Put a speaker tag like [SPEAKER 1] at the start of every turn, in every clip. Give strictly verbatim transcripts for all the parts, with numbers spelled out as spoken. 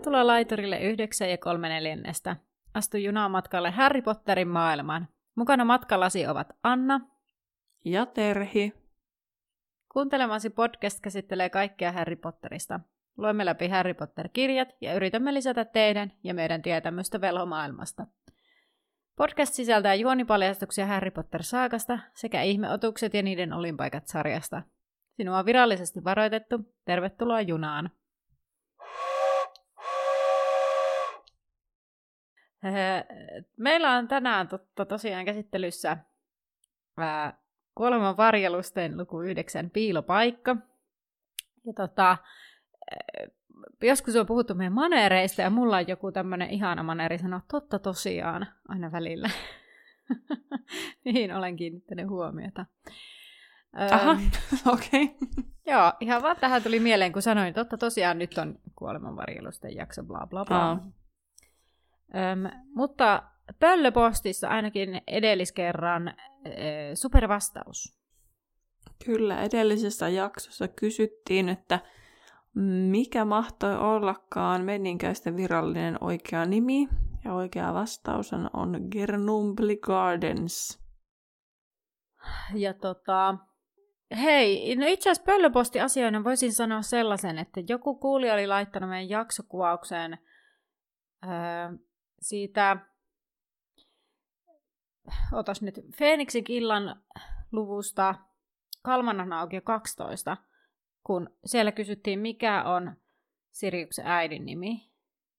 [SPEAKER 1] Tervetuloa laiturille yhdeksän ja kolme neljännestä. Astu junamatkalle Harry Potterin maailmaan. Mukana matkallasi ovat Anna
[SPEAKER 2] ja Terhi.
[SPEAKER 1] Kuuntelemasi podcast käsittelee kaikkea Harry Potterista. Luemme läpi Harry Potter-kirjat ja yritämme lisätä teidän ja meidän tietämystä velhomaailmasta. Podcast sisältää juonipaljastuksia Harry Potter-saakasta sekä ihmeotukset ja niiden olinpaikat sarjasta. Sinua on virallisesti varoitettu. Tervetuloa junaan. Meillä on tänään totta tosiaan käsittelyssä ää, Kuoleman varjelusten luku yhdeksän piilopaikka. Ja tota, joskus on puhuttu meidän maneereista ja mulla on joku tämmönen ihana maneeri sanoa totta tosiaan aina välillä. Mihin olen kiinnittänyt huomiota.
[SPEAKER 2] Aha, okei. Okay.
[SPEAKER 1] Joo, ihan vaan tähän tuli mieleen, kun sanoin, totta tosiaan nyt on Kuoleman varjelusten jakso, bla bla bla.
[SPEAKER 2] Ah.
[SPEAKER 1] Öm, mutta Pöllöpostissa ainakin edelliskerran äh, supervastaus.
[SPEAKER 2] Kyllä, edellisessä jaksossa kysyttiin, että mikä mahtoi ollakaan menninkäisten virallinen oikea nimi, ja oikea vastaus on Gernumbly Gardens.
[SPEAKER 1] Ja tota, hei, no itse asiassa Pöllöposti-asioina voisin sanoa sellaisen, että joku kuulija oli laittanut meidän jaksokuvaukseen öö, siitä, otas nyt, Feeniksin illan luvusta Kalmanan aukio kaksitoista, kun siellä kysyttiin, mikä on Siriuksen äidin nimi,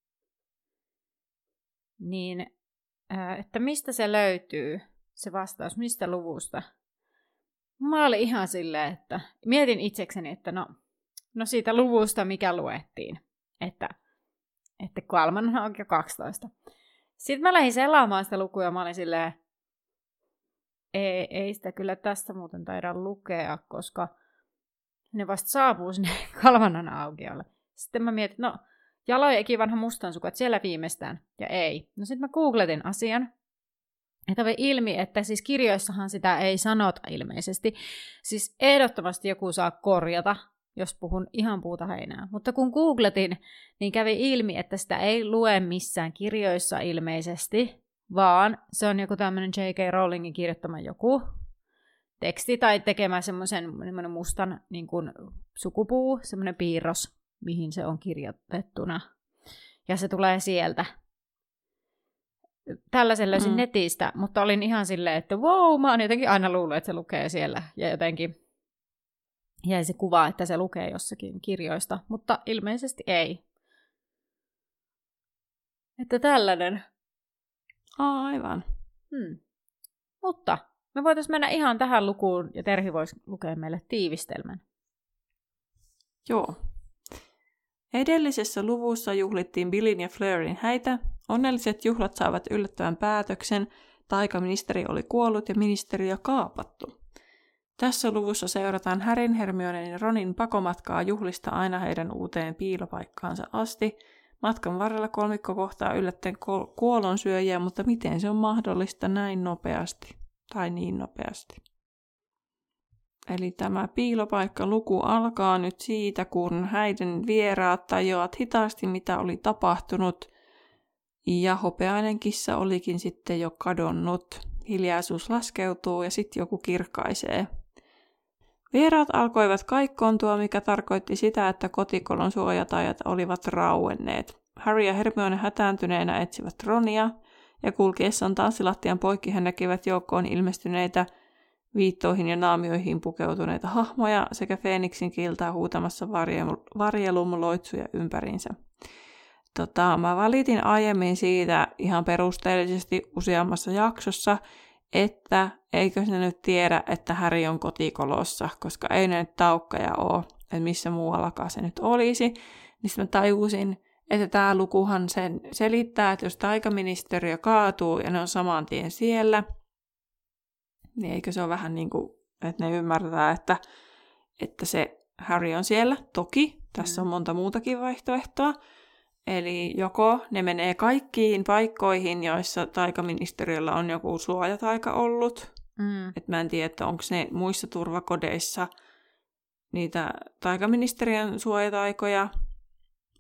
[SPEAKER 1] niin että mistä se löytyy, se vastaus, mistä luvusta. Mä olin ihan silleen, että mietin itsekseni, että no, no siitä luvusta, mikä luettiin, että, että Kalmanan aukio kaksitoista. Sitten mä lähdin selaamaan sitä lukua ja mä olin silleen, ei, ei sitä kyllä tästä muuten taida lukea, koska ne vasta saapuu sinne Kalmanan aukiolle. Sitten mä mietin, no Jalo ja ikivanha mustansuku, että siellä viimeistään. Ja ei. No sitten mä googletin asian. Ja kävi ilmi, että siis kirjoissahan sitä ei sanota ilmeisesti. Siis ehdottomasti joku saa korjata, jos puhun ihan puuta heinää. Mutta kun googletin, niin kävi ilmi, että sitä ei lue missään kirjoissa ilmeisesti, vaan se on joku tämmöinen J K. Rowlingin kirjoittama joku teksti tai tekemä semmoisen mustan niin kuin sukupuu, semmoinen piirros, mihin se on kirjoitettuna. Ja se tulee sieltä. Tällaisen löysin mm. netistä, mutta olin ihan silleen, että wow, mä oon jotenkin aina luullut, että se lukee siellä. Ja jotenkin jäi se kuva, että se lukee jossakin kirjoista, mutta ilmeisesti ei. Että tällainen.
[SPEAKER 2] Aivan.
[SPEAKER 1] Hmm. Mutta me voitaisiin mennä ihan tähän lukuun, ja Terhi voisi lukea meille tiivistelmän.
[SPEAKER 2] Joo. Edellisessä luvussa juhlittiin Billin ja Fleurin häitä. Onnelliset juhlat saavat yllättävän päätöksen. Taikaministeri oli kuollut ja ministeriö kaapattu. Tässä luvussa seurataan Harryn, Hermionen ja Ronin pakomatkaa juhlista aina heidän uuteen piilopaikkaansa asti. Matkan varrella kolmikko kohtaa yllättäen kuolonsyöjiä, mutta miten se on mahdollista näin nopeasti? Tai niin nopeasti. Eli tämä piilopaikkaluku alkaa nyt siitä, kun häiden vieraat tajuavat hitaasti, mitä oli tapahtunut. Ja hopeainen kissa olikin sitten jo kadonnut. Hiljaisuus laskeutuu ja sitten joku kirkaisee. Vieraat alkoivat kaikkoontua, mikä tarkoitti sitä, että kotikolon suojatajat olivat rauenneet. Harry ja Hermione hätääntyneenä etsivät Ronia, ja kulkiessaan tanssilattian poikki he näkivät joukkoon ilmestyneitä viittoihin ja naamioihin pukeutuneita hahmoja sekä Feeniksin kiltaa huutamassa varjelumloitsuja ympäriinsä. Tota, mä valitin aiemmin siitä ihan perusteellisesti useammassa jaksossa, että eikö se nyt tiedä, että Harry on kotikolossa, koska ei ne nyt taukkaja ole, että missä muuallakaan se nyt olisi. Niin sitten mä tajusin, että tämä lukuhan sen selittää, että jos taikaministeriö kaatuu ja ne on saman tien siellä, niin eikö se ole vähän niin kuin, että ne ymmärtää, että, että se Harry on siellä. Toki, tässä on monta muutakin vaihtoehtoa. Eli joko ne menee kaikkiin paikkoihin, joissa taikaministeriöllä on joku suojataika ollut. Mm. Et mä en tiedä, että onko ne muissa turvakodeissa niitä taikaministeriön suojataikoja,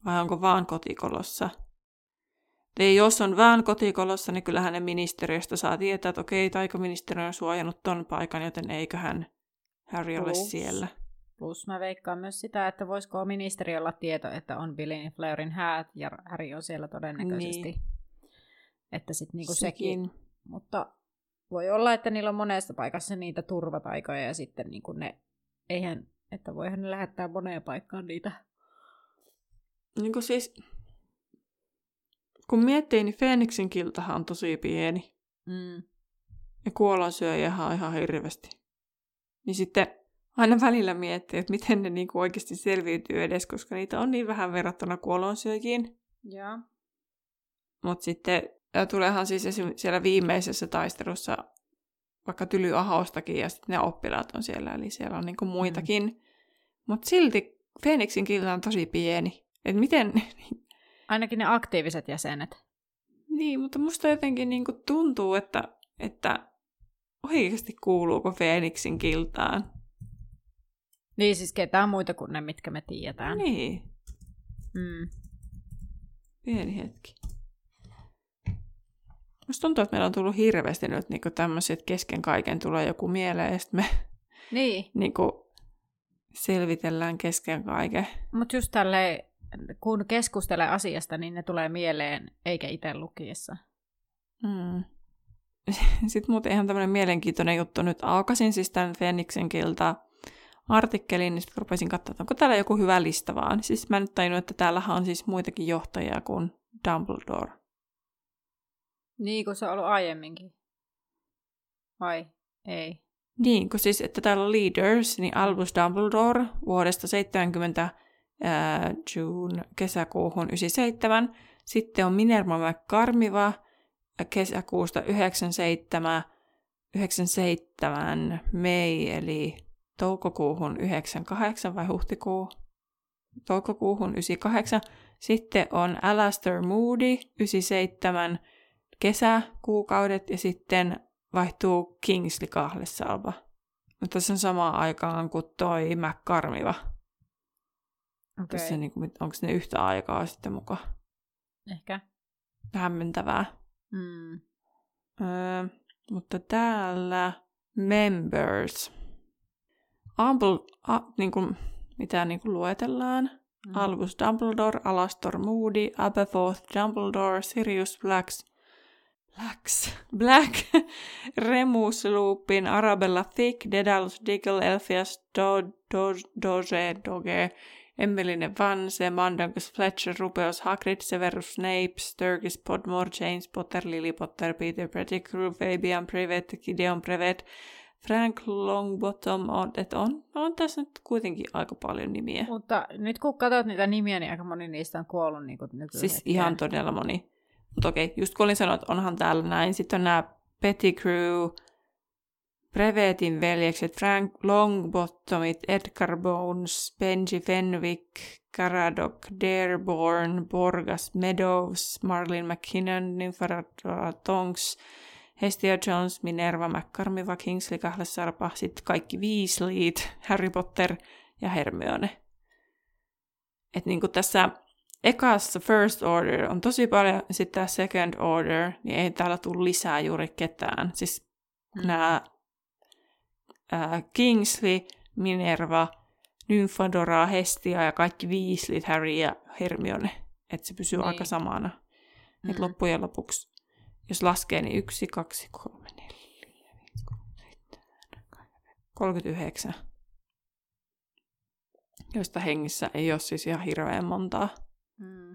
[SPEAKER 2] vai onko vaan kotikolossa. Ja jos on vaan kotikolossa, niin kyllähän ne ministeriöstä saa tietää, että okei, taikaministeriö on suojannut ton paikan, joten eiköhän Harry ole
[SPEAKER 1] Plus.
[SPEAKER 2] siellä.
[SPEAKER 1] Plus mä veikkaan myös sitä, että voisiko ministeriöllä tieto, että on Billin ja Fleurin häät, ja Harry on siellä todennäköisesti. Niin. Että sitten niinku sekin. sekin. Mutta voi olla, että niillä on monessa paikassa niitä turvataikoja, ja sitten niinku ne, eihän, että voihan ne lähettää moneen paikkaan niitä.
[SPEAKER 2] Niin kuin siis, kun miettii, niin Feeniksin kiltahan on tosi pieni.
[SPEAKER 1] Mm.
[SPEAKER 2] Ja kuolonsyöjähän on ihan hirveästi. Niin sitten aina välillä miettii, että miten ne niinku oikeasti selviytyy edes, koska niitä on niin vähän verrattuna kuolonsyöjiin.
[SPEAKER 1] Joo.
[SPEAKER 2] Mutta sitten tuleehan siis esim. Siellä viimeisessä taistelussa vaikka Tyly Ahostakin, ja sitten ne oppilaat on siellä, eli siellä on niinku muitakin. Mm. Mutta silti Feeniksin kilta on tosi pieni. Et miten...
[SPEAKER 1] Ainakin ne aktiiviset jäsenet.
[SPEAKER 2] Niin, mutta musta jotenkin niinku tuntuu, että, että oikeasti kuuluuko Feeniksin kiltaan.
[SPEAKER 1] Niin, siis ketään muita kuin ne, mitkä me tiedetään.
[SPEAKER 2] Niin.
[SPEAKER 1] Mm.
[SPEAKER 2] Pieni hetki. Musta tuntuu, että meillä on tullut hirveästi nyt niinku tämmöisiä, että kesken kaiken tulee joku mieleen, ja sitten me
[SPEAKER 1] niin.
[SPEAKER 2] niinku selvitellään kesken kaiken.
[SPEAKER 1] Mutta just tälleen, kun keskustelee asiasta, niin ne tulee mieleen, eikä itse lukiessa.
[SPEAKER 2] Mm. Sitten muuten ihan tämmöinen mielenkiintoinen juttu. Nyt aukasin siis tämän Feeniksin kilta artikkelin, niin sitten rupesin katsoa, onko täällä joku hyvä lista vaan. Siis mä nyt tajunnut, että täällähän on siis muitakin johtajia kuin Dumbledore.
[SPEAKER 1] Niin, kun se on ollut aiemminkin. Vai ei?
[SPEAKER 2] Niin, kun siis, että täällä on leaders, niin Albus Dumbledore vuodesta seitsemänkymmentä ää, June kesäkuuhun yhdeksänkymmentäseitsemän. Sitten on Minerva McCormiva kesäkuusta yhdeksänkymmentäseitsemän, yhdeksänkymmentäseitsemän May, eli toukokuuhun yhdeksänkymmentäkahdeksan vai huhtikuu? Toukokuuhun yhdeksänkymmentäkahdeksan. Sitten on Alastair Moody, yhdeksänkymmentäseitsemän kesäkuukaudet, ja sitten vaihtuu Kingsley Kahlesalva. Mutta tässä on samaan aikaan kuin toi McCormiva.
[SPEAKER 1] Okay.
[SPEAKER 2] Tässä niin kuin, onko ne yhtä aikaa sitten mukaan?
[SPEAKER 1] Ehkä.
[SPEAKER 2] Hämmentävää.
[SPEAKER 1] Mm.
[SPEAKER 2] Öö, mutta täällä members. Amble, a, niin kuin, mitä niin kuin luetellaan. Mm. Albus Dumbledore, Alastor Moody, Aberforth Dumbledore, Sirius Black, Blacks, Black, Remus Lupin, Arabella Thick, Dedalus Diggle, Elphias Do, Do, Doge, Doge, Emmeline Vance, Mundungus Fletcher, Rubeus Hagrid, Severus Snape, Sturgis Podmore, James Potter, Lily Potter, Peter Pettigrew, Fabian Privet, Gideon Privet, Frank Longbottom, on, että on, on tässä nyt kuitenkin aika paljon nimiä.
[SPEAKER 1] Mutta nyt kun katsot niitä nimiä, niin aika moni niistä on kuollut niin nykyään.
[SPEAKER 2] Siis ihan todella moni. Mutta okei, just kun olin sanonut, että onhan täällä näin. Sitten on nämä Pettigrew, Brevetin veljekset, Frank Longbottomit, Edgar Bones, Benji Fenwick, Caradoc, Dearborn, Borgas Meadows, Marlene McKinnon, Nymphadora Tonks, Hestia Jones, Minerva McCormiva, Kingsley Kahlesarpa, sitten kaikki Weasleyt, Harry Potter ja Hermione. Että niinku tässä ekassa First Order on tosi paljon, sitten tämä Second Order, niin ei täällä tule lisää juuri ketään. Siis mm. nämä äh, Kingsley, Minerva, Nymphadora, Hestia ja kaikki Weasleyt, Harry ja Hermione. Että se pysyy niin aika samana. Mm. Että loppujen lopuksi, jos laskee, niin yksi, kaksi, kolme, neljä, viisi, kuusi, seitsemän, kolmekymmentäyhdeksän. Joista hengissä ei ole siis ihan hirveän montaa.
[SPEAKER 1] Mm.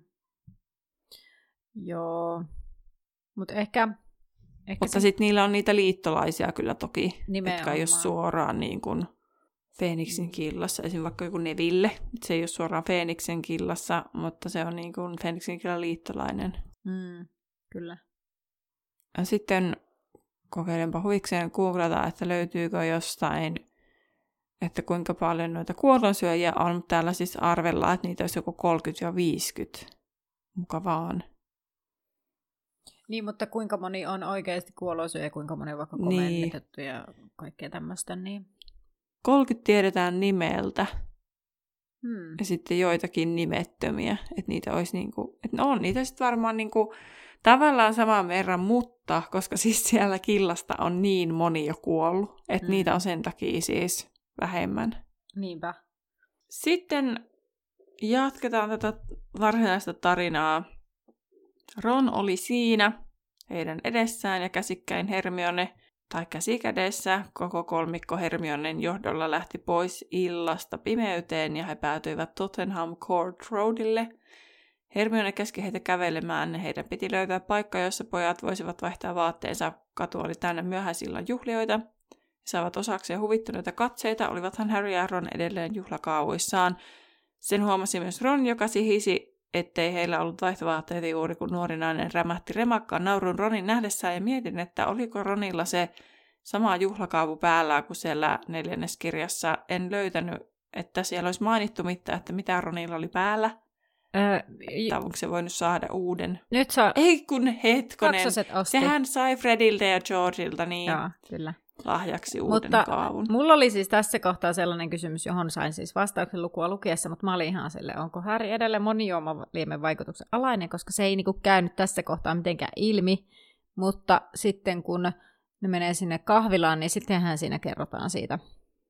[SPEAKER 1] Joo. Mutta ehkä... ehkä
[SPEAKER 2] Mutta se... sitten niillä on niitä liittolaisia kyllä toki,
[SPEAKER 1] nimenomaan,
[SPEAKER 2] jotka ei ole suoraan niin kuin Feeniksin killassa. Esimerkiksi vaikka joku Neville. Se ei ole suoraan Feeniksen killassa, mutta se on niin kuin Feeniksin killan liittolainen.
[SPEAKER 1] Mm, kyllä.
[SPEAKER 2] Ja sitten kokeilenpa huvikseen googlata, että löytyykö jostain, että kuinka paljon noita kuolonsyöjiä on. Täällä siis arvellaan, että niitä olisi joku kolmekymmentä viisikymmentä. Mukavaan.
[SPEAKER 1] Niin, mutta kuinka moni on oikeasti kuolonsyöjä ja kuinka moni on vaikka komennetettu niin ja kaikkea tämmöistä. Niin.
[SPEAKER 2] kolmekymmentä tiedetään nimeltä.
[SPEAKER 1] Hmm.
[SPEAKER 2] Ja sitten joitakin nimettömiä. Että niitä olisi niinku, että no on niitä sitten varmaan niinku tavallaan saman verran, mutta koska siis siellä killasta on niin moni jo kuollut, että hmm. niitä on sen takia siis vähemmän.
[SPEAKER 1] Niinpä.
[SPEAKER 2] Sitten jatketaan tätä varsinaista tarinaa. Ron oli siinä heidän edessään ja käsikkäin Hermione, tai käsikädessä, koko kolmikko Hermionen johdolla lähti pois illasta pimeyteen ja he päätyivät Tottenham Court Roadille. Hermione käski heitä kävelemään, heidän piti löytää paikka, jossa pojat voisivat vaihtaa vaatteensa. Katu oli täynnä myöhäisillan juhlijoita. He saavat osakseen huvittuneita katseita, olivathan Harry ja Ron edelleen juhlakaavuissaan. Sen huomasi myös Ron, joka sihisi, ettei heillä ollut vaihtovaatteita juuri, kun nuori nainen rämähti remakkaan naurun Ronin nähdessään ja mietin, että oliko Ronilla se sama juhlakaavu päällä kuin siellä neljänneskirjassa. En löytänyt, että siellä olisi mainittu mitään, että mitä Ronilla oli päällä. Öö, j- onko se voinut saada uuden?
[SPEAKER 1] Nyt saa...
[SPEAKER 2] Ei kun hetkonen. Sehän sai Frediltä ja Georgilta niin
[SPEAKER 1] Joo, kyllä.
[SPEAKER 2] lahjaksi uuden
[SPEAKER 1] mutta
[SPEAKER 2] kaavun.
[SPEAKER 1] Mulla oli siis tässä kohtaa sellainen kysymys, johon sain siis vastauksen lukua lukiessa, mutta mä olin ihan silleen, onko Harry edelleen monijuomaliemen vaikutuksen alainen, koska se ei niinku käynyt tässä kohtaa mitenkään ilmi, mutta sitten kun ne menee sinne kahvilaan, niin sittenhän siinä kerrotaan siitä.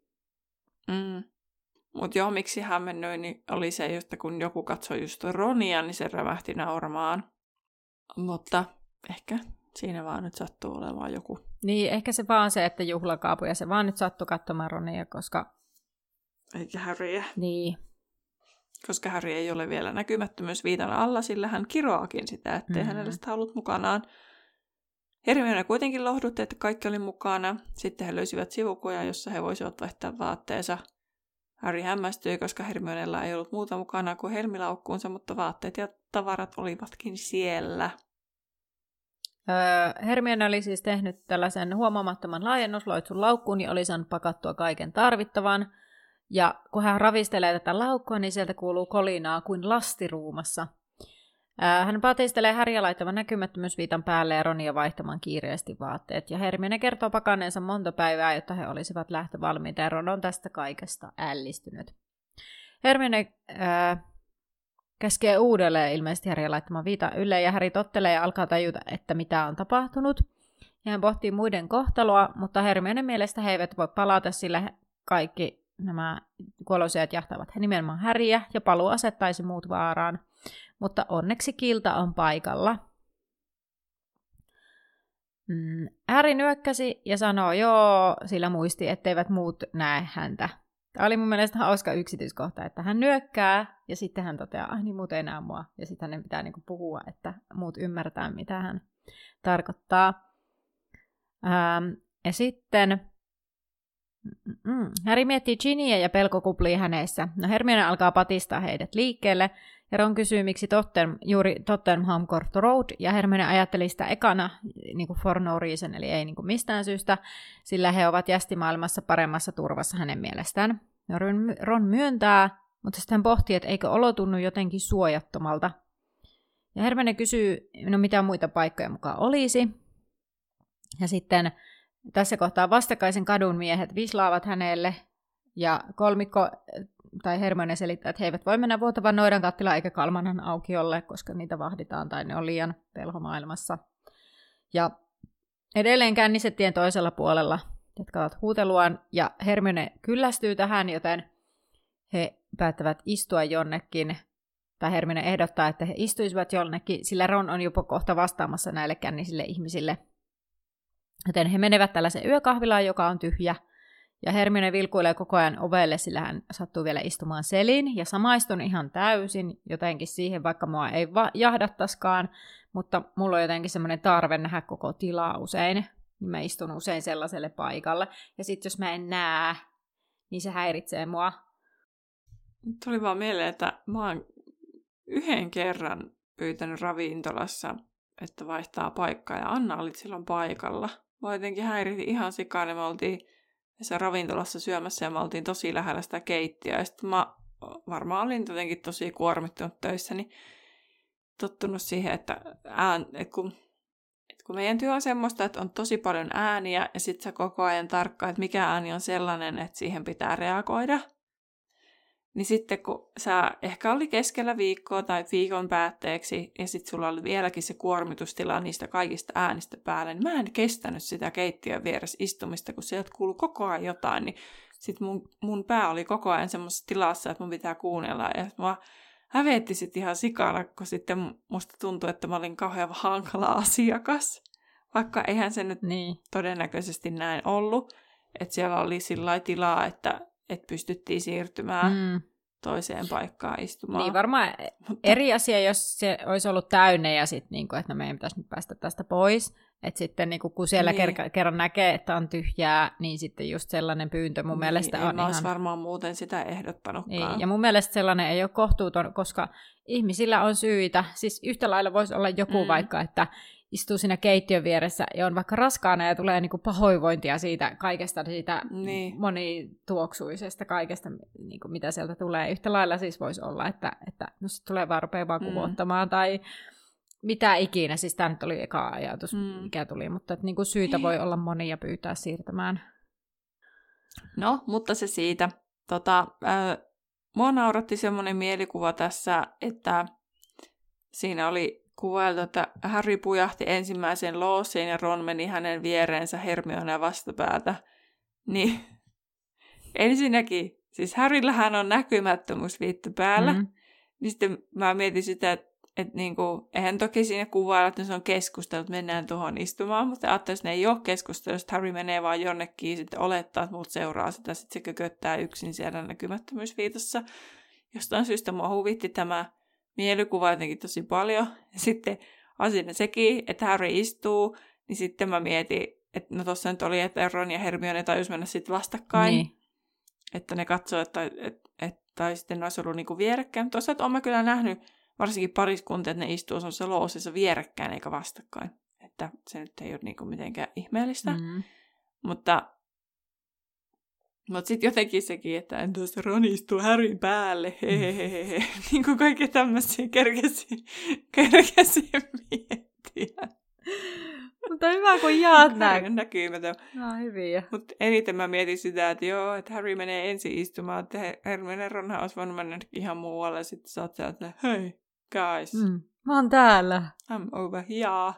[SPEAKER 2] Mm. Mutta joo, miksi hämmennyin, niin oli se, että kun joku katsoi just Ronia, niin se rävähti nauramaan. Mutta ehkä siinä vaan nyt sattuu olemaan joku.
[SPEAKER 1] Niin, ehkä se vaan se, että juhlakaapu ja se vaan nyt sattuu katsomaan Ronia, koska...
[SPEAKER 2] Eikä Harryä.
[SPEAKER 1] Niin.
[SPEAKER 2] Koska Harry ei ole vielä näkymättömyysviitan alla, sillä hän kiroakin sitä, ettei mm-hmm. hänellä sitä ollut mukanaan. Hermione kuitenkin lohdutti, että kaikki oli mukana. Sitten he löysivät sivukoja, jossa he voisivat vaihtaa vaatteensa. Harry hämmästyi, koska Hermionella ei ollut muuta mukana kuin helmilaukkuunsa, mutta vaatteet ja tavarat olivatkin siellä.
[SPEAKER 1] Öö, Hermione oli siis tehnyt tällaisen huomaamattoman laajennusloitsun laukkuun ja oli saanut pakattua kaiken tarvittavan. Ja kun hän ravistelee tätä laukkua, niin sieltä kuuluu kolinaa kuin lastiruumassa. Öö, hän patistelee Harrya laittavan näkymättömyysviitan päälle ja Ronia vaihtamaan kiireesti vaatteet. Ja Hermione kertoo pakanneensa monta päivää, jotta he olisivat lähtövalmiita, ja Ron on tästä kaikesta ällistynyt. Hermione öö, käskee uudelleen ilmeisesti Harrya laittamaan viitan ylle, ja Harry tottelee ja alkaa tajuta, että mitä on tapahtunut. Ja hän pohtii muiden kohtaloa, mutta Hermione mielestä he eivät voi palata, sillä kaikki nämä kuolosijat jahtavat he nimenomaan Harryä, ja paluu asettaisi muut vaaraan. Mutta onneksi Kilta on paikalla. Mm, Harry nyökkäsi ja sanoi joo, sillä muisti, etteivät muut näe häntä. Tämä oli mun mielestä hauska yksityiskohta, että hän nyökkää ja sitten hän toteaa, ah niin muut ei näe mua. Ja sitten hänen pitää niinku puhua, että muut ymmärtää, mitä hän tarkoittaa. Ähm, ja sitten mm, Harry miettii Ginnyä ja pelko kuplii hänessä. No Hermione alkaa patistaa heidät liikkeelle. Ja Ron kysyy, miksi Totten, juuri Tottenham Court Road, ja Hermione ajatteli sitä ekana niin kuin for no reason, eli ei niin kuin mistään syystä, sillä he ovat jästimaailmassa paremmassa turvassa hänen mielestään. Ja Ron myöntää, mutta sitten hän pohtii, että eikö olo tunnu jotenkin suojattomalta. Ja Hermione kysyy, no mitä muita paikkoja mukaan olisi. Ja sitten tässä kohtaa vastakkaisen kadun miehet vislaavat hänelle, ja kolmikko... tai Hermione selittää, että he eivät voi mennä vuotavan noidan kattilaan eikä Kalmanan aukiolle, koska niitä vahditaan tai ne on liian pelhomaailmassa. Ja edelleen känniset tien toisella puolella jatkavat huuteluaan, ja Hermione kyllästyy tähän, joten he päättävät istua jonnekin, tai Hermione ehdottaa, että he istuisivat jonnekin, sillä Ron on jopa kohta vastaamassa näille kännisille ihmisille. Joten he menevät tällaisen yökahvilaan, joka on tyhjä, ja Hermione vilkuilee koko ajan ovelle, sillä hän sattuu vielä istumaan selin, ja samaistun ihan täysin jotenkin siihen, vaikka mua ei va- jahdattaskaan, mutta mulla on jotenkin semmoinen tarve nähdä koko tilaa usein, niin mä istun usein sellaiselle paikalle, ja sitten jos mä en näe, niin se häiritsee mua.
[SPEAKER 2] Tuli vaan mieleen, että mä oon yhden kerran pyytänyt ravintolassa, että vaihtaa paikkaa, ja Anna oli silloin paikalla. Mä jotenkin häiritin ihan sikaan, ja me oltiin tässä ravintolassa syömässä ja me oltiin tosi lähellä sitä keittiöä. Ja sitten mä varmaan olin jotenkin tosi kuormittunut töissä, niin tottunut siihen, että, ään, että, kun, että kun meidän työ on semmoista, että on tosi paljon ääniä ja sitten sä koko ajan tarkkaan, että mikä ääni on sellainen, että siihen pitää reagoida. niin sitten kun sä ehkä oli keskellä viikkoa tai viikon päätteeksi, ja sitten sulla oli vieläkin se kuormitustila niistä kaikista äänistä päällä, niin mä en kestänyt sitä keittiön vieressä istumista, kun sieltä kuului koko ajan jotain, niin sitten mun, mun pää oli koko ajan semmoisessa tilassa, että mun pitää kuunnella, ja mä hävetti sitten ihan sikana, kun sitten musta tuntui, että mä olin kauhean hankala asiakas, vaikka eihän se nyt niin todennäköisesti näin ollut, että siellä oli sillä tilaa, että että pystyttiin siirtymään mm. toiseen paikkaan istumaan.
[SPEAKER 1] Niin varmaan Mutta... eri asia, jos se olisi ollut täynnä ja sitten, niin kuin, että no meidän pitäisi nyt päästä tästä pois. Että sitten niin kuin, kun siellä niin. ker- kerran näkee, että on tyhjää, niin sitten just sellainen pyyntö mun niin, mielestä on ihan...
[SPEAKER 2] Niin, varmaan muuten sitä ehdottanutkaan.
[SPEAKER 1] Niin, ja mun mielestä sellainen ei ole kohtuuton, koska ihmisillä on syitä. Siis yhtä lailla voisi olla joku mm. vaikka, että istuu siinä keittiön vieressä ja on vaikka raskaana ja tulee niinku pahoinvointia siitä kaikesta, siitä niin. monituoksuisesta kaikesta, niinku mitä sieltä tulee. Yhtä lailla siis voisi olla, että, että no sit tulee vaan rupeaa vaan kuvottamaan mm. tai mitä ikinä. Siis tämä nyt oli eka ajatus, mm. mikä tuli, mutta että niinku syitä voi olla monia pyytää siirtämään.
[SPEAKER 2] No, mutta se siitä. Tota, äh, mua nauratti semmoinen mielikuva tässä, että siinä oli kuvailtu, että Harry pujahti ensimmäiseen loosiin ja Ron meni hänen viereensä Hermionea vastapäätä. Niin ensinnäkin, siis Harryllähän on näkymättömyysviitta päällä, mm-hmm. niin sitten mä mietin sitä, että, että niinku, eihän toki siinä kuvailla, että se on keskustelu, että mennään tuohon istumaan, mutta ajattelin, että ne ei ole keskustelu, että Harry menee vaan jonnekin, sitten olettaa, että muut seuraa sitä, sitten se kököttää yksin siellä näkymättömyysviitossa. Jostain syystä mua huvitti tämä mielikuva jotenkin tosi paljon. Ja sitten asina sekin, että Harry istuu, niin sitten mä mietin, että no tossa nyt oli, että Ron ja Hermione tajus mennä sitten vastakkain. Niin. Että ne katsoo, että, että, että tai sitten ne olisi ollut niinku vierekkäin. Mutta toisaalta olen mä kyllä nähnyt varsinkin pariskuntia, että ne istuu semmoisessa loosissa vierekkäin eikä vastakkain. Että se nyt ei ole niinku mitenkään ihmeellistä. Mm-hmm. Mutta, mutta sitten jotenkin sekin, että en tuossa Ron istuu Harryn päälle. Hehehehe. Niin kuin kaikki tämmöisiä kerkesi, kerkesi miettiä.
[SPEAKER 1] Mutta hyvä, kun jaat näin.
[SPEAKER 2] Näkymätön.
[SPEAKER 1] No, hyviä.
[SPEAKER 2] Mutta eniten mä mietin sitä, että joo, että Harry menee ensin istumaan, että Hermione Ronhan olisi voinut mennä ihan muualle, ja sitten sä oot sieltä, että hei, guys.
[SPEAKER 1] Mm, mä oon täällä.
[SPEAKER 2] I'm over here.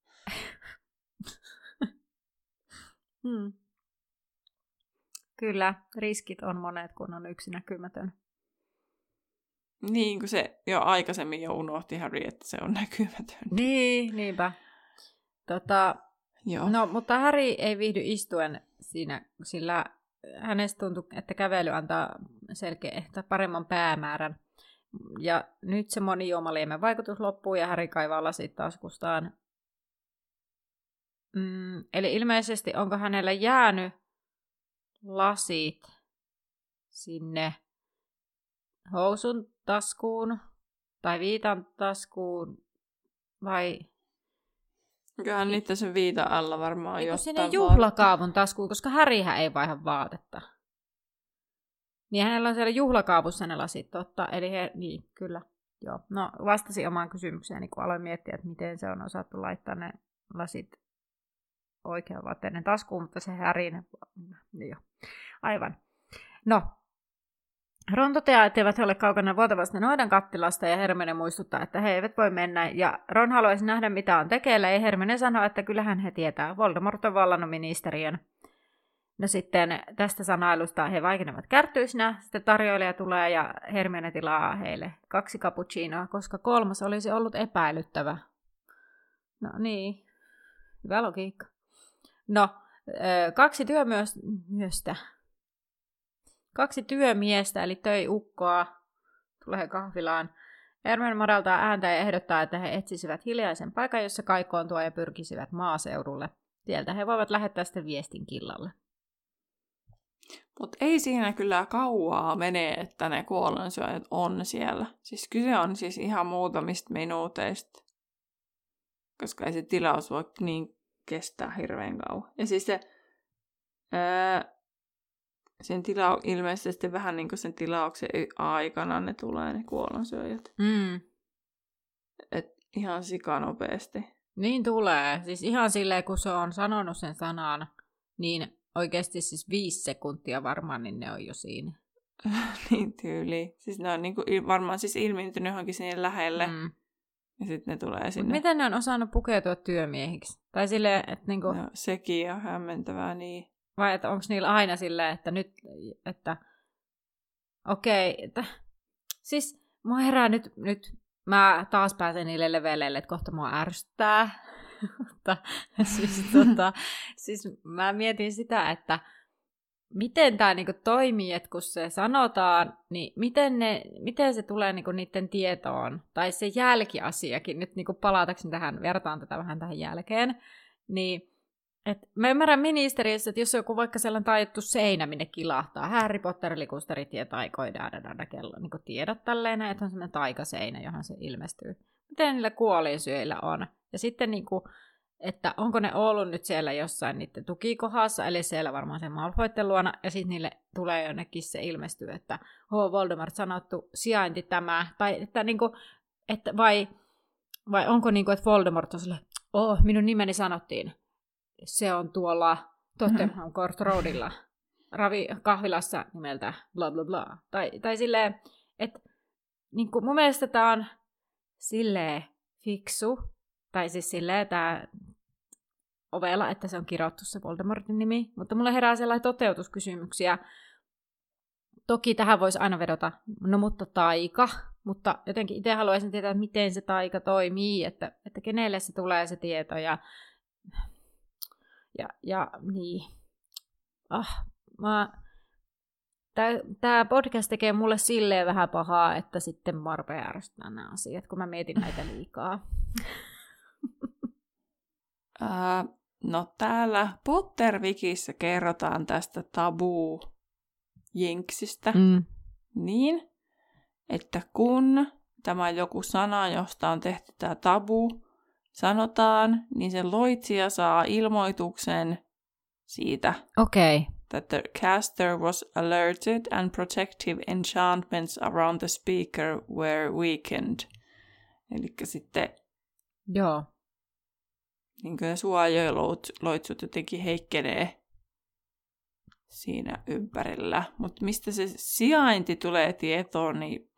[SPEAKER 1] hmm. Kyllä, riskit on monet, kun on yksi näkymätön.
[SPEAKER 2] Niin, kun se jo aikaisemmin jo unohti Harry, että se on näkymätön.
[SPEAKER 1] Niin, niinpä. Tota,
[SPEAKER 2] Joo.
[SPEAKER 1] No, mutta Harry ei viihdy istuen siinä, sillä hänestä tuntuu, että kävely antaa selkeä paremman päämäärän. Ja nyt se monijuomaliemen vaikutus loppuu ja Harry kaivaa lasit taskustaan. Mm, eli ilmeisesti onko hänellä jäänyt lasit sinne housun taskuun tai viitan taskuun vai...
[SPEAKER 2] Kyllähän niitä sen viitan alla varmaan
[SPEAKER 1] jostain sinne juhlakaavun taskuun, koska Harryhän ei vaiha vaatetta. Niin hänellä on siellä juhlakaavussa ne lasit, totta. Eli he, niin, kyllä. Joo. No, vastasin omaan kysymykseen, kun aloin miettiä, että miten se on osattu laittaa ne lasit oikean vaatteiden taskuun, mutta se Harry, niin joo. Aivan. No, Ron toteaa, etteivät he ole kaukana vuotavasta noidan kattilasta, ja Hermione muistuttaa, että he eivät voi mennä, ja Ron haluaisi nähdä, mitä on tekeillä, ja Hermione sanoo, että kyllähän he tietää. Voldemort on vallannut ministeriön. No sitten tästä sanailusta he vaikenevat kärttyisinä, sitten tarjoilija tulee, ja Hermione tilaa heille kaksi cappuccinoa, koska kolmas olisi ollut epäilyttävä. No niin, hyvä logiikka. No, kaksi työmyöstä. Kaksi työmiestä, eli töiukkoa, tulee kahvilaan. Hermione madaltaa ääntä ja ehdottaa, että he etsisivät hiljaisen paikan, jossa kaikkoontua ja pyrkisivät maaseudulle. Sieltä he voivat lähettää sitten viestin Killalle.
[SPEAKER 2] Mutta ei siinä kyllä kauaa mene, että ne kuollonsyöjät on siellä. Siis kyse on siis ihan muutamista minuuteista. Koska ei se tilaus voi niin kestää hirveän kauan. Ja siis se... Öö, Sen tila- ilmeisesti vähän niin kuin sen tilauksen aikana ne tulee ne kuollonsyöjät.
[SPEAKER 1] Mm.
[SPEAKER 2] Et ihan sikanopeasti.
[SPEAKER 1] Niin tulee. Siis ihan silleen, kun se on sanonut sen sanan, niin oikeasti siis viisi sekuntia varmaan, niin ne on jo siinä.
[SPEAKER 2] niin tyyli. Siis ne on niinku varmaan siis ilmiintynyt johonkin sinne lähelle. Mm. Ja sitten ne tulee sinne.
[SPEAKER 1] Mut miten ne on osannut pukeutua työmiehiksi? Tai silleen, että niinku...
[SPEAKER 2] No, sekin on hämmentävää, niin.
[SPEAKER 1] Vai että onko niillä aina silleen, että nyt, että okei, okay, että siis mua herää nyt, nyt mä taas pääsen niille leveleille, että kohta mua ärsyttää. Mutta siis, tota, siis mä mietin sitä, että miten tämä niinku toimii, että kun se sanotaan, niin miten, ne, miten se tulee niinku niiden tietoon, tai se jälkiasiakin, nyt niinku palatakseni tähän, vertaan tätä vähän tähän jälkeen, niin et mä ymmärrän ministeriössä, että jos on joku vaikka sellainen taittu seinä, minne kilahtaa, Harry Potter, likustarit ja taikoja, da, kello, niin tiedot tälleen, että on sellainen taikaseinä, johon se ilmestyy. Miten niillä kuolinsyöillä on? Ja sitten, niin kuin, että onko ne ollut nyt siellä jossain niiden tukikohdassa, eli siellä varmaan sen Malfoyten luona, ja sitten niille tulee jonnekin se ilmestyy, että oh, Voldemort sanottu sijainti tämä, tai että, niin kuin, että vai, vai onko niin kuin, että Voldemort on sille, oh, minun nimeni sanottiin. Se on tuolla Tottenham Court Roadilla ravi kahvilassa nimeltä bla bla bla. Tai, tai silleen, että niin mun mielestä tämä on silleen fiksu, tai siis silleen tämä ovella, että se on kirjoittu se Voldemortin nimi, mutta mulle herää sellainen toteutuskysymyksiä. Toki tähän voisi aina vedota, no mutta taika, mutta jotenkin itse haluaisin tietää, miten se taika toimii, että, että kenelle se tulee se tieto ja Ja, ja niin. Ah, mä... Tämä podcast tekee mulle silleen vähän pahaa, että sitten mä rupean ärsyttämään nämä asiat, kun mä mietin näitä liikaa.
[SPEAKER 2] uh, no täällä Pottervikissä kerrotaan tästä tabu-jinksistä. Mm. Niin, että kun tämä on joku sana, josta on tehty tämä tabu, sanotaan, niin se loitsija saa ilmoituksen siitä,
[SPEAKER 1] okay.
[SPEAKER 2] that the caster was alerted and protective enchantments around the speaker were weakened. Eli sitten
[SPEAKER 1] Joo.
[SPEAKER 2] niin kuin suojaloitsut jotenkin heikkenee siinä ympärillä. Mutta mistä se sijainti tulee tietoon, niin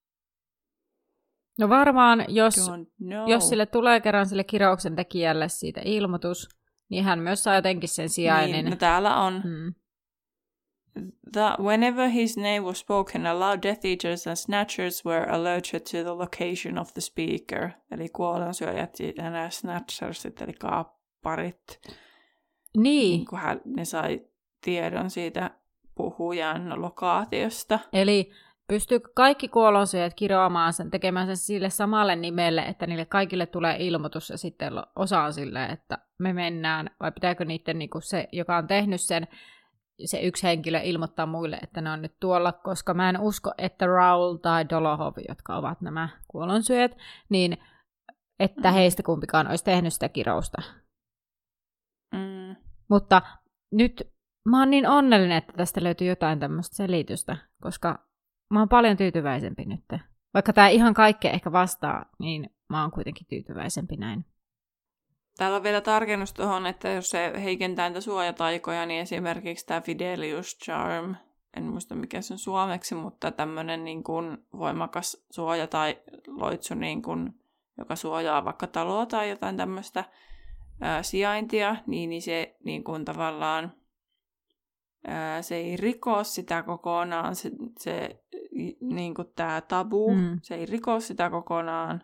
[SPEAKER 1] no varmaan, jos, jos sille tulee kerran sille kirouksen tekijälle siitä ilmoitus, niin hän myös saa jotenkin sen sijainnin.
[SPEAKER 2] Niin, no täällä on. Hmm. The, whenever his name was spoken aloud, Death Eaters and Snatchers were alerted to the location of the speaker. Eli kuollonsyöjät ja nämä Snatchersit, eli kaapparit.
[SPEAKER 1] Niin.
[SPEAKER 2] Niin kun hän, ne sai tiedon siitä puhujan lokaatiosta.
[SPEAKER 1] Eli pystyykö kaikki kuollonsyöjät kiroamaan sen, tekemään sen sille samalle nimelle, että niille kaikille tulee ilmoitus ja sitten osa on silleen, että me mennään, vai pitääkö niiden niin kuin se, joka on tehnyt sen, se yksi henkilö ilmoittaa muille, että ne on nyt tuolla, koska mä en usko, että Raoul tai Dolohov, jotka ovat nämä kuollonsyöjät, niin että heistä kumpikaan olisi tehnyt sitä kirousta.
[SPEAKER 2] Mm.
[SPEAKER 1] Mutta nyt mä oon niin onnellinen, että tästä löytyy jotain tämmöistä selitystä, koska mä oon paljon tyytyväisempi nyt. Vaikka tää ihan kaikkea ehkä vastaa, niin mä oon kuitenkin tyytyväisempi näin.
[SPEAKER 2] Täällä on vielä tarkennus tuohon, että jos se heikentää niitä suojataikoja, niin esimerkiksi tämä Fidelius Charm, en muista mikä se on suomeksi, mutta tämmöinen niin kuin voimakas suoja tai loitsu, niin kuin, joka suojaa vaikka taloa tai jotain tämmöistä ää, sijaintia, niin, niin se niin kuin tavallaan ää, se ei riko sitä kokonaan, se, se niin kuin tämä tabu, mm. se ei riko sitä kokonaan,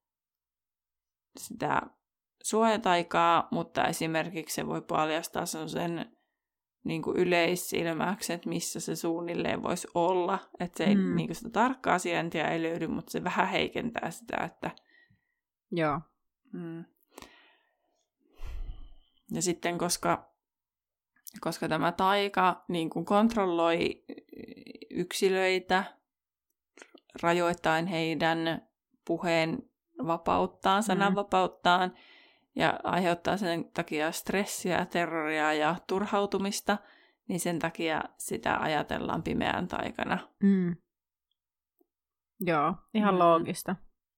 [SPEAKER 2] sitä suojataikaa, mutta esimerkiksi se voi paljastaa sen niin kuin yleissilmäksi, että missä se suunnilleen voisi olla. Että se ei, mm. niin kuin sitä tarkkaa sijaintia ei löydy, mutta se vähän heikentää sitä, että
[SPEAKER 1] joo.
[SPEAKER 2] Mm. Ja sitten koska, koska tämä taika niin kuin kontrolloi yksilöitä, rajoittain heidän puheen vapauttaan, sananvapauttaan, mm. ja aiheuttaa sen takia stressiä, terroria ja turhautumista, niin sen takia sitä ajatellaan pimeän taikana.
[SPEAKER 1] Mm. Joo, ihan mm. loogista.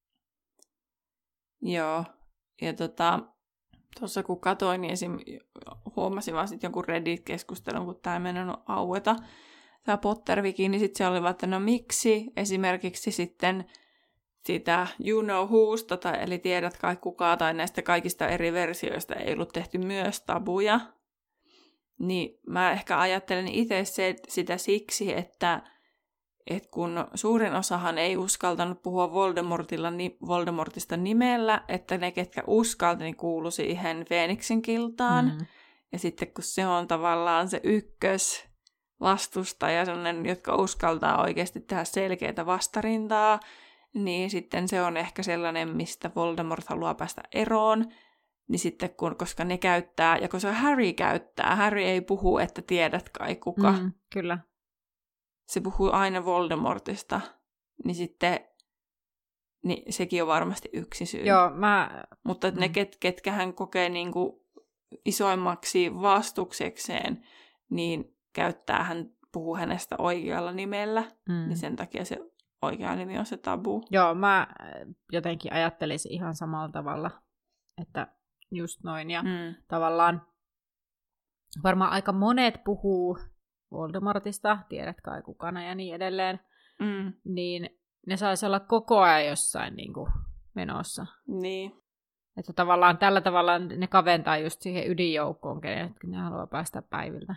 [SPEAKER 2] Joo, ja tota, tuossa kun katsoin, niin esim. Huomasin vaan sitten jonkun Reddit-keskustelun, kun tämä ei mennyt aueta, tämä Potterviki, niin sitten se oli, että no miksi esimerkiksi sitten sitä you know whosta, tai eli tiedät kai kukaan, tai näistä kaikista eri versioista ei ollut tehty myös tabuja. Niin mä ehkä ajattelen itse se, sitä siksi, että et kun suurin osahan ei uskaltanut puhua Voldemortilla, ni, Voldemortista nimellä, että ne, ketkä uskalti, niin kuului siihen Feeniksin kiltaan. Mm. Ja sitten kun se on tavallaan se ykkös vastustaja, sellainen, jotka uskaltaa oikeasti tehdä selkeää vastarintaa, niin sitten se on ehkä sellainen, mistä Voldemort haluaa päästä eroon. Niin sitten kun, koska ne käyttää, ja koska Harry käyttää, Harry ei puhu, että tiedät kai kuka.
[SPEAKER 1] Mm, kyllä.
[SPEAKER 2] Se puhuu aina Voldemortista, niin sitten niin sekin on varmasti yksi syy.
[SPEAKER 1] Joo, mä...
[SPEAKER 2] Mutta mm. ne, ket, ketkä hän kokee niin kuin isoimmaksi vastuksekseen, niin käyttää, hän puhuu hänestä oikealla nimellä, mm. niin sen takia se oikea nimi on se tabu.
[SPEAKER 1] Joo, mä jotenkin ajattelisin ihan samalla tavalla, että just noin. Ja mm. tavallaan varmaan aika monet puhuu Voldemortista, tiedät kai kukana ja niin edelleen, mm. niin ne saisi olla koko ajan jossain niin kuin menossa.
[SPEAKER 2] Niin.
[SPEAKER 1] Että tavallaan tällä tavalla ne kaventaa just siihen ydinjoukkoon, kenet ne haluaa päästä päiviltä.